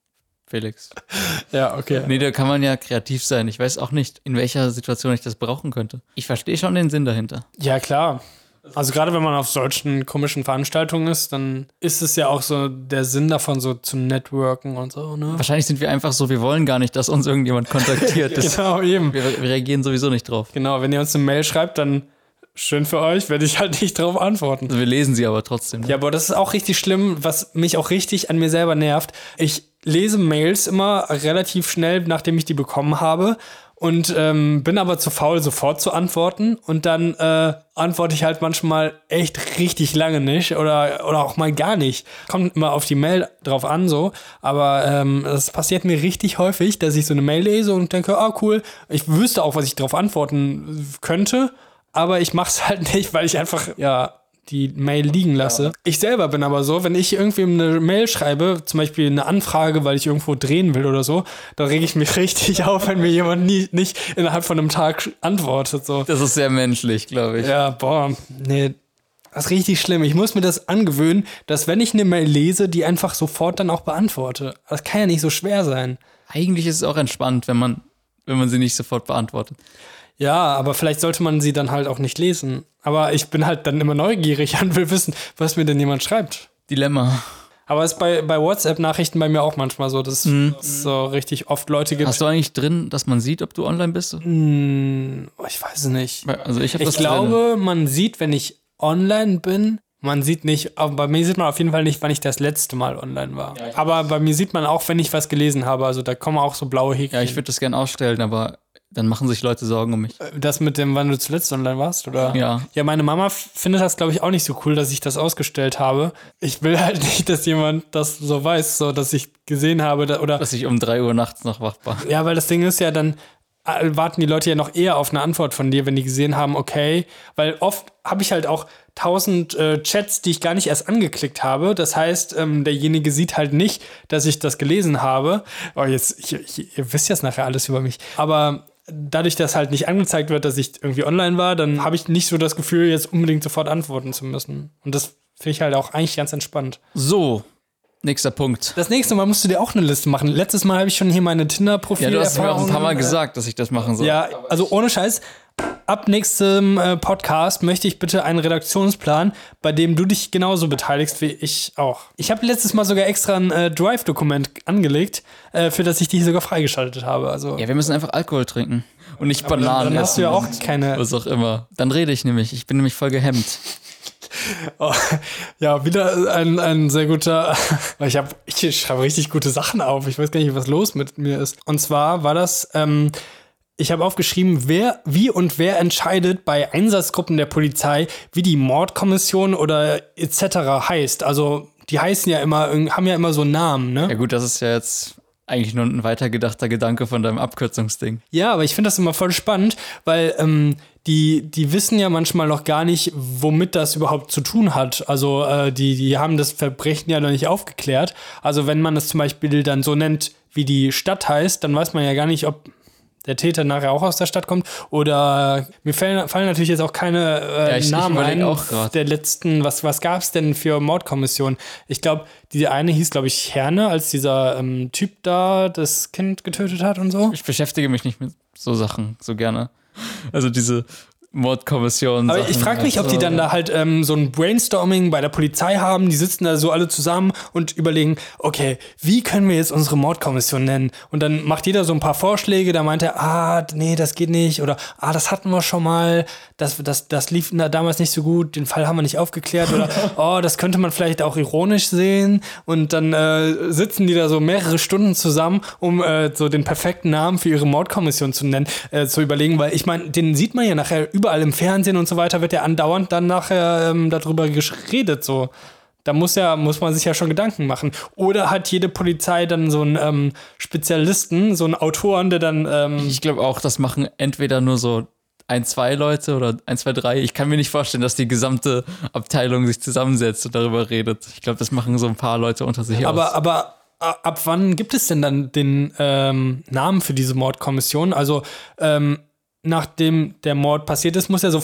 Speaker 2: Felix.
Speaker 1: Ja, okay.
Speaker 2: Nee, da kann man ja kreativ sein. Ich weiß auch nicht, in welcher Situation ich das brauchen könnte. Ich verstehe schon den Sinn dahinter.
Speaker 1: Ja, klar. Also gerade wenn man auf solchen komischen Veranstaltungen ist, dann ist es ja auch so der Sinn davon, so zu networken und so, ne?
Speaker 2: Wahrscheinlich sind wir einfach so, wir wollen gar nicht, dass uns irgendjemand kontaktiert.
Speaker 1: Genau, eben.
Speaker 2: Wir reagieren sowieso nicht drauf.
Speaker 1: Genau, wenn ihr uns eine Mail schreibt, dann schön für euch, werde ich halt nicht drauf antworten.
Speaker 2: Also wir lesen sie aber trotzdem. Ne?
Speaker 1: Ja, aber das ist auch richtig schlimm, was mich auch richtig an mir selber nervt. Ich lese Mails immer relativ schnell, nachdem ich die bekommen habe und bin aber zu faul, sofort zu antworten und dann antworte ich halt manchmal echt richtig lange nicht oder auch mal gar nicht. Kommt immer auf die Mail drauf an, so, aber das passiert mir richtig häufig, dass ich so eine Mail lese und denke, ah, cool, ich wüsste auch, was ich drauf antworten könnte, aber ich mach's halt nicht, weil ich einfach, ja, die Mail liegen lasse. Ja. Ich selber bin aber so, wenn ich irgendwie eine Mail schreibe, zum Beispiel eine Anfrage, weil ich irgendwo drehen will oder so, dann rege ich mich richtig auf, wenn mir jemand nicht innerhalb von einem Tag antwortet. So.
Speaker 2: Das ist sehr menschlich, glaube ich.
Speaker 1: Ja, boah, nee, das ist richtig schlimm. Ich muss mir das angewöhnen, dass wenn ich eine Mail lese, die einfach sofort dann auch beantworte. Das kann ja nicht so schwer sein.
Speaker 2: Eigentlich ist es auch entspannt, wenn man sie nicht sofort beantwortet.
Speaker 1: Ja, aber vielleicht sollte man sie dann halt auch nicht lesen. Aber ich bin halt dann immer neugierig und will wissen, was mir denn jemand schreibt.
Speaker 2: Dilemma.
Speaker 1: Aber es ist bei WhatsApp-Nachrichten bei mir auch manchmal so, dass es so richtig oft Leute gibt.
Speaker 2: Hast du eigentlich drin, dass man sieht, ob du online bist?
Speaker 1: Ich weiß es nicht.
Speaker 2: Also ich
Speaker 1: glaube, man sieht, wenn ich online bin, man sieht nicht, aber bei mir sieht man auf jeden Fall nicht, wann ich das letzte Mal online war. Ja, aber bei mir sieht man auch, wenn ich was gelesen habe. Also da kommen auch so blaue Häkchen.
Speaker 2: Ja, ich würde das gerne ausstellen, aber dann machen sich Leute Sorgen um mich.
Speaker 1: Das mit dem, wann du zuletzt online warst, oder?
Speaker 2: Ja.
Speaker 1: Ja, meine Mama findet das, glaube ich, auch nicht so cool, dass ich das ausgestellt habe. Ich will halt nicht, dass jemand das so weiß, so dass ich gesehen habe, oder
Speaker 2: dass ich um 3 Uhr nachts noch wach war.
Speaker 1: Ja, weil das Ding ist ja, dann warten die Leute ja noch eher auf eine Antwort von dir, wenn die gesehen haben, okay, weil oft habe ich halt auch 1000 Chats, die ich gar nicht erst angeklickt habe. Das heißt, derjenige sieht halt nicht, dass ich das gelesen habe. Oh, ihr wisst jetzt nachher alles über mich. Aber dadurch, dass halt nicht angezeigt wird, dass ich irgendwie online war, dann habe ich nicht so das Gefühl, jetzt unbedingt sofort antworten zu müssen. Und das finde ich halt auch eigentlich ganz entspannt.
Speaker 2: So, nächster Punkt.
Speaker 1: Das nächste Mal musst du dir auch eine Liste machen. Letztes Mal habe ich schon hier meine Tinder-Profil.
Speaker 2: Ja, du hast mir auch ein paar Mal gesagt, dass ich das machen soll.
Speaker 1: Ja, also ohne Scheiß. Ab nächstem Podcast möchte ich bitte einen Redaktionsplan, bei dem du dich genauso beteiligst wie ich auch. Ich habe letztes Mal sogar extra ein Drive-Dokument angelegt, für das ich dich sogar freigeschaltet habe. Also,
Speaker 2: Ja, wir müssen einfach Alkohol trinken und nicht Bananen
Speaker 1: dann hast du ja auch
Speaker 2: essen.
Speaker 1: keine.
Speaker 2: Was auch immer. Dann rede ich nämlich. Ich bin nämlich voll gehemmt.
Speaker 1: Oh, ja, wieder ein sehr guter. Ich schreibe richtig gute Sachen auf. Ich weiß gar nicht, was los mit mir ist. Und zwar war das. Ich habe aufgeschrieben, wie und wer entscheidet bei Einsatzgruppen der Polizei, wie die Mordkommission oder etc. heißt. Also die heißen ja immer, haben ja immer so Namen, ne?
Speaker 2: Ja gut, das ist ja jetzt eigentlich nur ein weitergedachter Gedanke von deinem Abkürzungsding.
Speaker 1: Ja, aber ich finde das immer voll spannend, weil die wissen ja manchmal noch gar nicht, womit das überhaupt zu tun hat. Also die haben das Verbrechen ja noch nicht aufgeklärt. Also wenn man das zum Beispiel dann so nennt, wie die Stadt heißt, dann weiß man ja gar nicht, ob der Täter nachher auch aus der Stadt kommt. Oder mir fallen natürlich jetzt auch keine Namen ein der letzten. Was gab es denn für Mordkommissionen? Ich glaube, die eine hieß, glaube ich, Herne, als dieser Typ da das Kind getötet hat und so.
Speaker 2: Ich beschäftige mich nicht mit so Sachen so gerne. Also diese Mordkommission.
Speaker 1: Aber ich frage mich, ob die dann da halt so ein Brainstorming bei der Polizei haben. Die sitzen da so alle zusammen und überlegen, okay, wie können wir jetzt unsere Mordkommission nennen? Und dann macht jeder so ein paar Vorschläge. Da meint er, nee, das geht nicht. Oder, das hatten wir schon mal. Das lief damals nicht so gut. Den Fall haben wir nicht aufgeklärt. Oder, das könnte man vielleicht auch ironisch sehen. Und dann sitzen die da so mehrere Stunden zusammen, um so den perfekten Namen für ihre Mordkommission zu nennen, zu überlegen. Weil ich meine, den sieht man ja nachher überall im Fernsehen und so weiter, wird ja andauernd dann nachher darüber geredet. So. Da muss man sich ja schon Gedanken machen. Oder hat jede Polizei dann so einen Spezialisten, so einen Autoren, der dann
Speaker 2: ich glaube auch, das machen entweder nur so 1, 2 Leute oder 1, 2, 3. Ich kann mir nicht vorstellen, dass die gesamte Abteilung sich zusammensetzt und darüber redet. Ich glaube, das machen so ein paar Leute unter sich aus.
Speaker 1: Aber ab wann gibt es denn dann den Namen für diese Mordkommission? Also nachdem der Mord passiert ist, muss es ja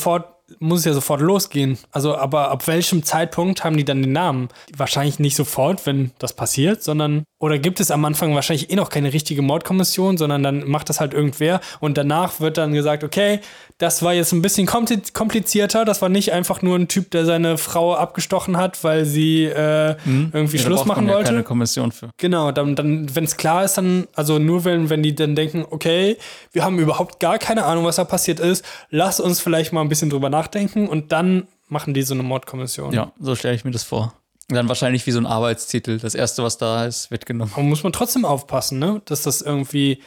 Speaker 1: sofort losgehen. Also, aber ab welchem Zeitpunkt haben die dann den Namen? Wahrscheinlich nicht sofort, wenn das passiert, sondern oder gibt es am Anfang wahrscheinlich noch keine richtige Mordkommission, sondern dann macht das halt irgendwer und danach wird dann gesagt, okay, das war jetzt ein bisschen komplizierter, das war nicht einfach nur ein Typ, der seine Frau abgestochen hat, weil sie irgendwie Schluss machen wollte.
Speaker 2: Ja keine Kommission für.
Speaker 1: Genau, dann wenn es klar ist, dann, also nur wenn die dann denken, okay, wir haben überhaupt gar keine Ahnung, was da passiert ist, lass uns vielleicht mal ein bisschen drüber nachdenken und dann machen die so eine Mordkommission.
Speaker 2: Ja, so stelle ich mir das vor. Und dann wahrscheinlich wie so ein Arbeitstitel. Das Erste, was da ist, wird genommen.
Speaker 1: Aber muss man trotzdem aufpassen, ne? Dass das irgendwie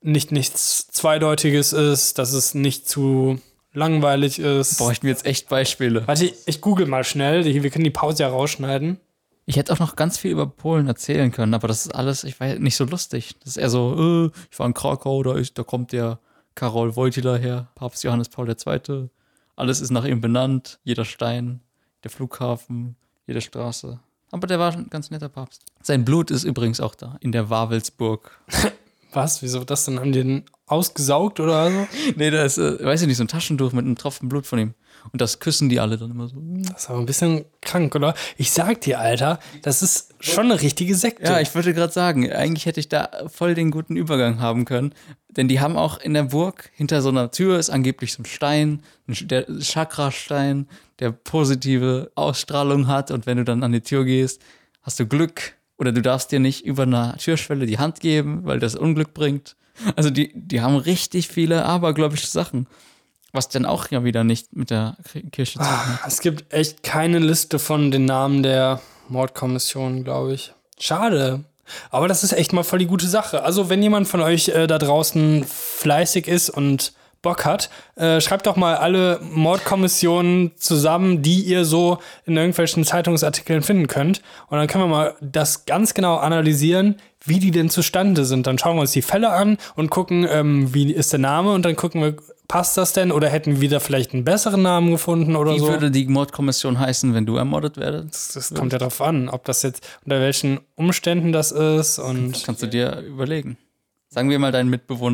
Speaker 1: nichts Zweideutiges ist, dass es nicht zu langweilig ist.
Speaker 2: Bräuchten wir jetzt echt Beispiele.
Speaker 1: Warte, ich google mal schnell. Wir können die Pause ja rausschneiden.
Speaker 2: Ich hätte auch noch ganz viel über Polen erzählen können, aber das ist alles, ich weiß, nicht so lustig. Das ist eher so, ich war in Krakau, da kommt der Karol Wojtyła her, Papst Johannes Paul II. Alles ist nach ihm benannt, jeder Stein, der Flughafen, jede Straße. Aber der war ein ganz netter Papst. Sein Blut ist übrigens auch da, in der Wawelsburg.
Speaker 1: Was? Wieso das denn? Haben die den ausgesaugt oder so?
Speaker 2: Nee, da ist, weiß ich nicht, so ein Taschentuch mit einem Tropfen Blut von ihm. Und das küssen die alle dann immer so.
Speaker 1: Das ist aber ein bisschen krank, oder? Ich sag dir, Alter, das ist schon eine richtige Sekte.
Speaker 2: Ja, ich würde gerade sagen, eigentlich hätte ich da voll den guten Übergang haben können. Denn die haben auch in der Burg, hinter so einer Tür ist angeblich so ein Stein, der Chakrastein, der positive Ausstrahlung hat. Und wenn du dann an die Tür gehst, hast du Glück. Oder du darfst dir nicht über einer Türschwelle die Hand geben, weil das Unglück bringt. Also die haben richtig viele abergläubische Sachen. Was dann auch ja wieder nicht mit der Kirche zu tun hat.
Speaker 1: Es gibt echt keine Liste von den Namen der Mordkommission, glaube ich. Schade. Aber das ist echt mal voll die gute Sache. Also wenn jemand von euch da draußen fleißig ist und Bock hat, schreibt doch mal alle Mordkommissionen zusammen, die ihr so in irgendwelchen Zeitungsartikeln finden könnt. Und dann können wir mal das ganz genau analysieren, wie die denn zustande sind. Dann schauen wir uns die Fälle an und gucken, wie ist der Name und dann gucken wir, passt das denn oder hätten wir da vielleicht einen besseren Namen gefunden oder so?
Speaker 2: Wie würde die Mordkommission heißen, wenn du ermordet werdest?
Speaker 1: Das kommt ja darauf an, ob das jetzt unter welchen Umständen das ist und
Speaker 2: das kannst du dir überlegen. Sagen wir mal, dein Mitbewohner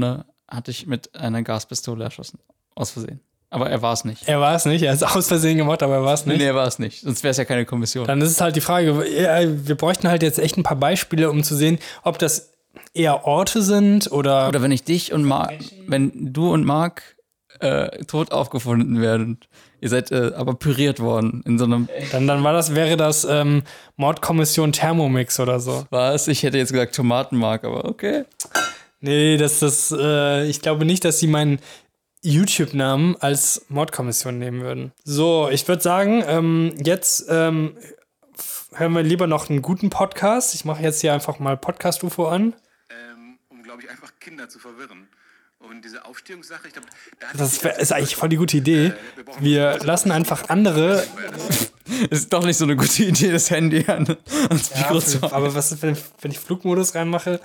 Speaker 2: hatte ich mit einer Gaspistole erschossen. Aus Versehen. Aber er war es nicht.
Speaker 1: Er war es nicht, er ist aus Versehen gemacht, aber er war es nicht.
Speaker 2: Nee, er war es nicht. Sonst wäre es ja keine Kommission.
Speaker 1: Dann ist es halt die Frage, wir bräuchten halt jetzt echt ein paar Beispiele, um zu sehen, ob das eher Orte sind oder
Speaker 2: wenn ich dich und Marc, wenn du und Marc tot aufgefunden werden. Ihr seid aber püriert worden in so einem.
Speaker 1: Dann wäre das Mordkommission Thermomix oder so.
Speaker 2: Was? Ich hätte jetzt gesagt Tomatenmark, aber okay.
Speaker 1: Nee, ich glaube nicht, dass sie meinen YouTube-Namen als Mordkommission nehmen würden. So, ich würde sagen, jetzt hören wir lieber noch einen guten Podcast. Ich mache jetzt hier einfach mal Podcast-UFO an.
Speaker 3: Um, glaube ich, einfach Kinder zu verwirren. Und diese Aufstehungssache, ich glaube,
Speaker 1: das ist eigentlich voll die gute Idee. Wir lassen einfach andere.
Speaker 2: Ist doch nicht so eine gute Idee, das Handy ans Mikro zu haben.
Speaker 1: Aber was ist, wenn ich Flugmodus reinmache?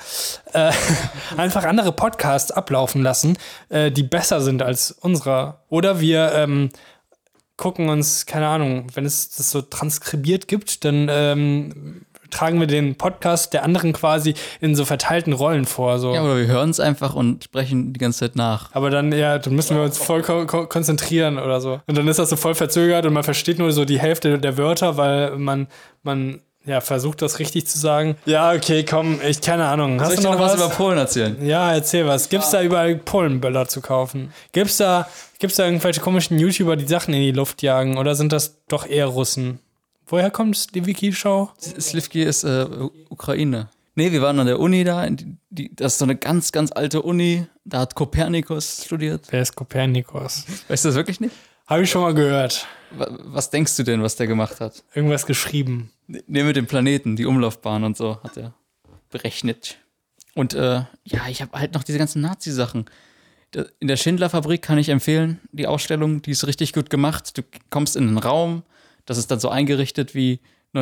Speaker 1: Einfach andere Podcasts ablaufen lassen, die besser sind als unserer. Oder wir gucken uns, keine Ahnung, wenn es das so transkribiert gibt, dann tragen wir den Podcast der anderen quasi in so verteilten Rollen vor. So.
Speaker 2: Ja, oder wir hören es einfach und sprechen die ganze Zeit nach.
Speaker 1: Aber dann müssen wir uns voll konzentrieren oder so. Und dann ist das so voll verzögert und man versteht nur so die Hälfte der Wörter, weil man versucht, das richtig zu sagen. Ja, okay, komm, keine Ahnung.
Speaker 2: Soll ich dir noch was über Polen erzählen?
Speaker 1: Ja, erzähl was. Gibt's da überall Polenböller zu kaufen? Gibt's da irgendwelche komischen YouTuber, die Sachen in die Luft jagen? Oder sind das doch eher Russen? Woher kommt die Wiki-Show?
Speaker 2: Slivki ist Ukraine. Nee, wir waren an der Uni da. Das ist so eine ganz, ganz alte Uni. Da hat Kopernikus studiert.
Speaker 1: Wer ist Kopernikus?
Speaker 2: Weißt du das wirklich nicht?
Speaker 1: Habe ich schon mal gehört.
Speaker 2: Was denkst du denn, was der gemacht hat?
Speaker 1: Irgendwas geschrieben.
Speaker 2: Nee, mit dem Planeten, die Umlaufbahn und so hat er berechnet. Und ich habe halt noch diese ganzen Nazi-Sachen. In der Schindler-Fabrik kann ich empfehlen, die Ausstellung, die ist richtig gut gemacht. Du kommst in einen Raum, das ist dann so eingerichtet wie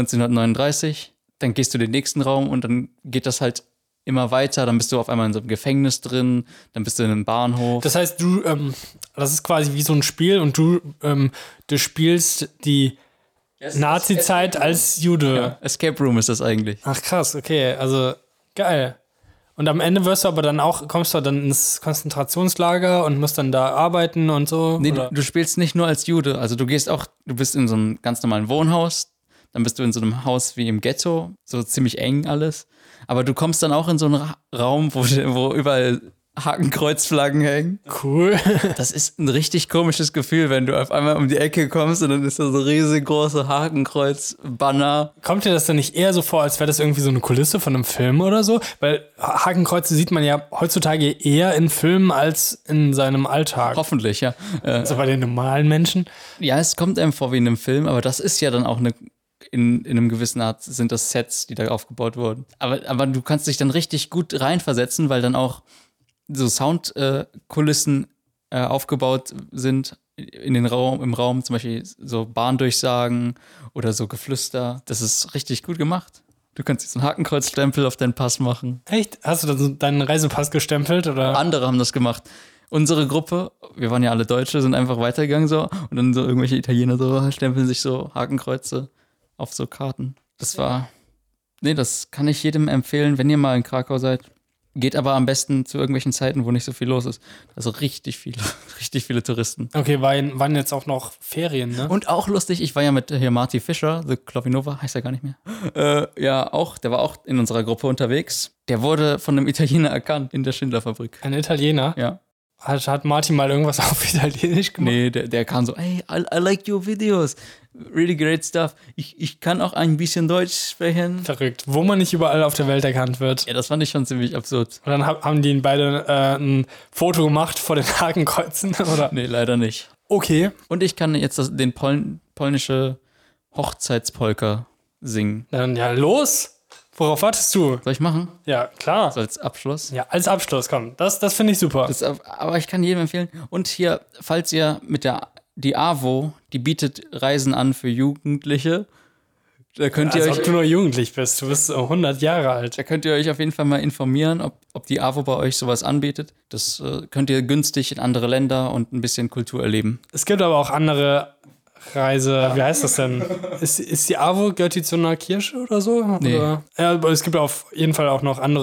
Speaker 2: 1939. Dann gehst du in den nächsten Raum und dann geht das halt immer weiter. Dann bist du auf einmal in so einem Gefängnis drin, dann bist du in einem Bahnhof.
Speaker 1: Das heißt, das ist quasi wie so ein Spiel und du spielst die Nazi-Zeit als Jude.
Speaker 2: Ja, Escape Room ist das eigentlich.
Speaker 1: Ach krass, okay, also geil. Und am Ende kommst du dann ins Konzentrationslager und musst dann da arbeiten und so?
Speaker 2: Nee, du spielst nicht nur als Jude. Also du bist in so einem ganz normalen Wohnhaus, dann bist du in so einem Haus wie im Ghetto, so ziemlich eng alles. Aber du kommst dann auch in so einen Raum, wo überall Hakenkreuzflaggen hängen.
Speaker 1: Cool.
Speaker 2: Das ist ein richtig komisches Gefühl, wenn du auf einmal um die Ecke kommst und dann ist da so riesengroße Hakenkreuz-Banner.
Speaker 1: Kommt dir das dann nicht eher so vor, als wäre das irgendwie so eine Kulisse von einem Film oder so? Weil Hakenkreuze sieht man ja heutzutage eher in Filmen als in seinem Alltag.
Speaker 2: Hoffentlich, ja.
Speaker 1: Also bei den normalen Menschen.
Speaker 2: Ja, es kommt einem vor wie in einem Film, aber das ist ja dann auch in einem gewissen Art sind das Sets, die da aufgebaut wurden. Aber du kannst dich dann richtig gut reinversetzen, weil dann auch so Soundkulissen aufgebaut sind im Raum, zum Beispiel so Bahndurchsagen oder so Geflüster. Das ist richtig gut gemacht. Du kannst jetzt einen Hakenkreuzstempel auf deinen Pass machen.
Speaker 1: Echt? Hast du dann deinen Reisepass gestempelt? Oder?
Speaker 2: Andere haben das gemacht. Unsere Gruppe, wir waren ja alle Deutsche, sind einfach weitergegangen so und dann so irgendwelche Italiener so stempeln sich so Hakenkreuze auf so Karten. Das kann ich jedem empfehlen, wenn ihr mal in Krakau seid. Geht aber am besten zu irgendwelchen Zeiten, wo nicht so viel los ist. Also richtig viele Touristen.
Speaker 1: Okay, waren jetzt auch noch Ferien, ne?
Speaker 2: Und auch lustig, ich war ja mit hier Marty Fischer, The Clovinova, heißt er gar nicht mehr. Der war auch in unserer Gruppe unterwegs. Der wurde von einem Italiener erkannt in der Schindler-Fabrik.
Speaker 1: Ein Italiener?
Speaker 2: Ja.
Speaker 1: Hat Martin mal irgendwas auf Italienisch gemacht?
Speaker 2: Nee, der kam so, hey, I like your videos. Really great stuff. Ich kann auch ein bisschen Deutsch sprechen.
Speaker 1: Verrückt. Wo man nicht überall auf der Welt erkannt wird.
Speaker 2: Ja, das fand ich schon ziemlich absurd.
Speaker 1: Und dann haben die beide ein Foto gemacht vor den Hakenkreuzen, oder?
Speaker 2: Nee, leider nicht.
Speaker 1: Okay.
Speaker 2: Und ich kann jetzt den polnische Hochzeitspolka singen.
Speaker 1: Dann ja, los! Worauf wartest du?
Speaker 2: Soll ich machen?
Speaker 1: Ja, klar.
Speaker 2: So als Abschluss?
Speaker 1: Ja, als Abschluss, komm. Das finde ich super.
Speaker 2: Aber ich kann jedem empfehlen. Und hier, falls ihr die AWO, die bietet Reisen an für Jugendliche. Da könnt ihr
Speaker 1: ob du nur jugendlich bist. Du bist 100 Jahre alt.
Speaker 2: Da könnt ihr euch auf jeden Fall mal informieren, ob die AWO bei euch sowas anbietet. Das könnt ihr günstig in andere Länder und ein bisschen Kultur erleben.
Speaker 1: Es gibt aber auch andere wie heißt das denn? Ist die AWO, gehört die zu einer Kirche oder so?
Speaker 2: Nee.
Speaker 1: Oder? Ja, aber es gibt auf jeden Fall auch noch andere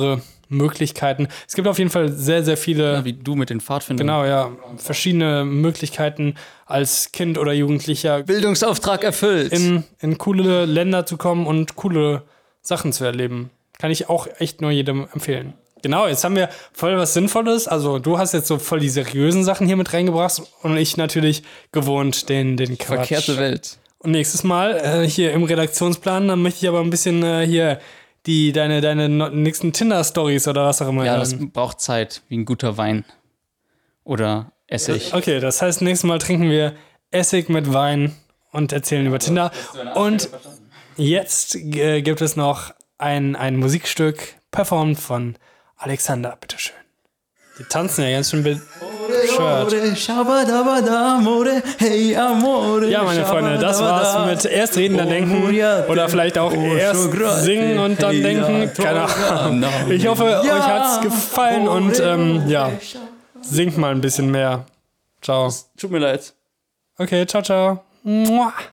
Speaker 1: Möglichkeiten. Es gibt auf jeden Fall sehr, sehr viele.
Speaker 2: Ja, wie du mit den Pfadfindern.
Speaker 1: Genau, ja. Verschiedene Möglichkeiten als Kind oder Jugendlicher
Speaker 2: Bildungsauftrag erfüllt.
Speaker 1: in coole Länder zu kommen und coole Sachen zu erleben. Kann ich auch echt nur jedem empfehlen. Genau, jetzt haben wir voll was Sinnvolles. Also du hast jetzt so voll die seriösen Sachen hier mit reingebracht und ich natürlich gewohnt den Quatsch.
Speaker 2: Verkehrte Welt.
Speaker 1: Und nächstes Mal hier im Redaktionsplan, dann möchte ich aber ein bisschen hier deine nächsten Tinder-Stories oder was auch immer.
Speaker 2: Ja, das braucht Zeit, wie ein guter Wein. Oder Essig.
Speaker 1: Okay, das heißt, nächstes Mal trinken wir Essig mit Wein und erzählen über Tinder. Und jetzt gibt es noch ein Musikstück, performt von Alexander, bitteschön. Die tanzen ja ganz schön bescheuert. Ja, meine Freunde, das war's mit erst reden, dann denken. Oder vielleicht auch erst singen und dann denken. Keine Ahnung. Ich hoffe, euch hat's gefallen und singt mal ein bisschen mehr. Ciao.
Speaker 2: Tut mir leid.
Speaker 1: Okay, ciao, ciao. Mua.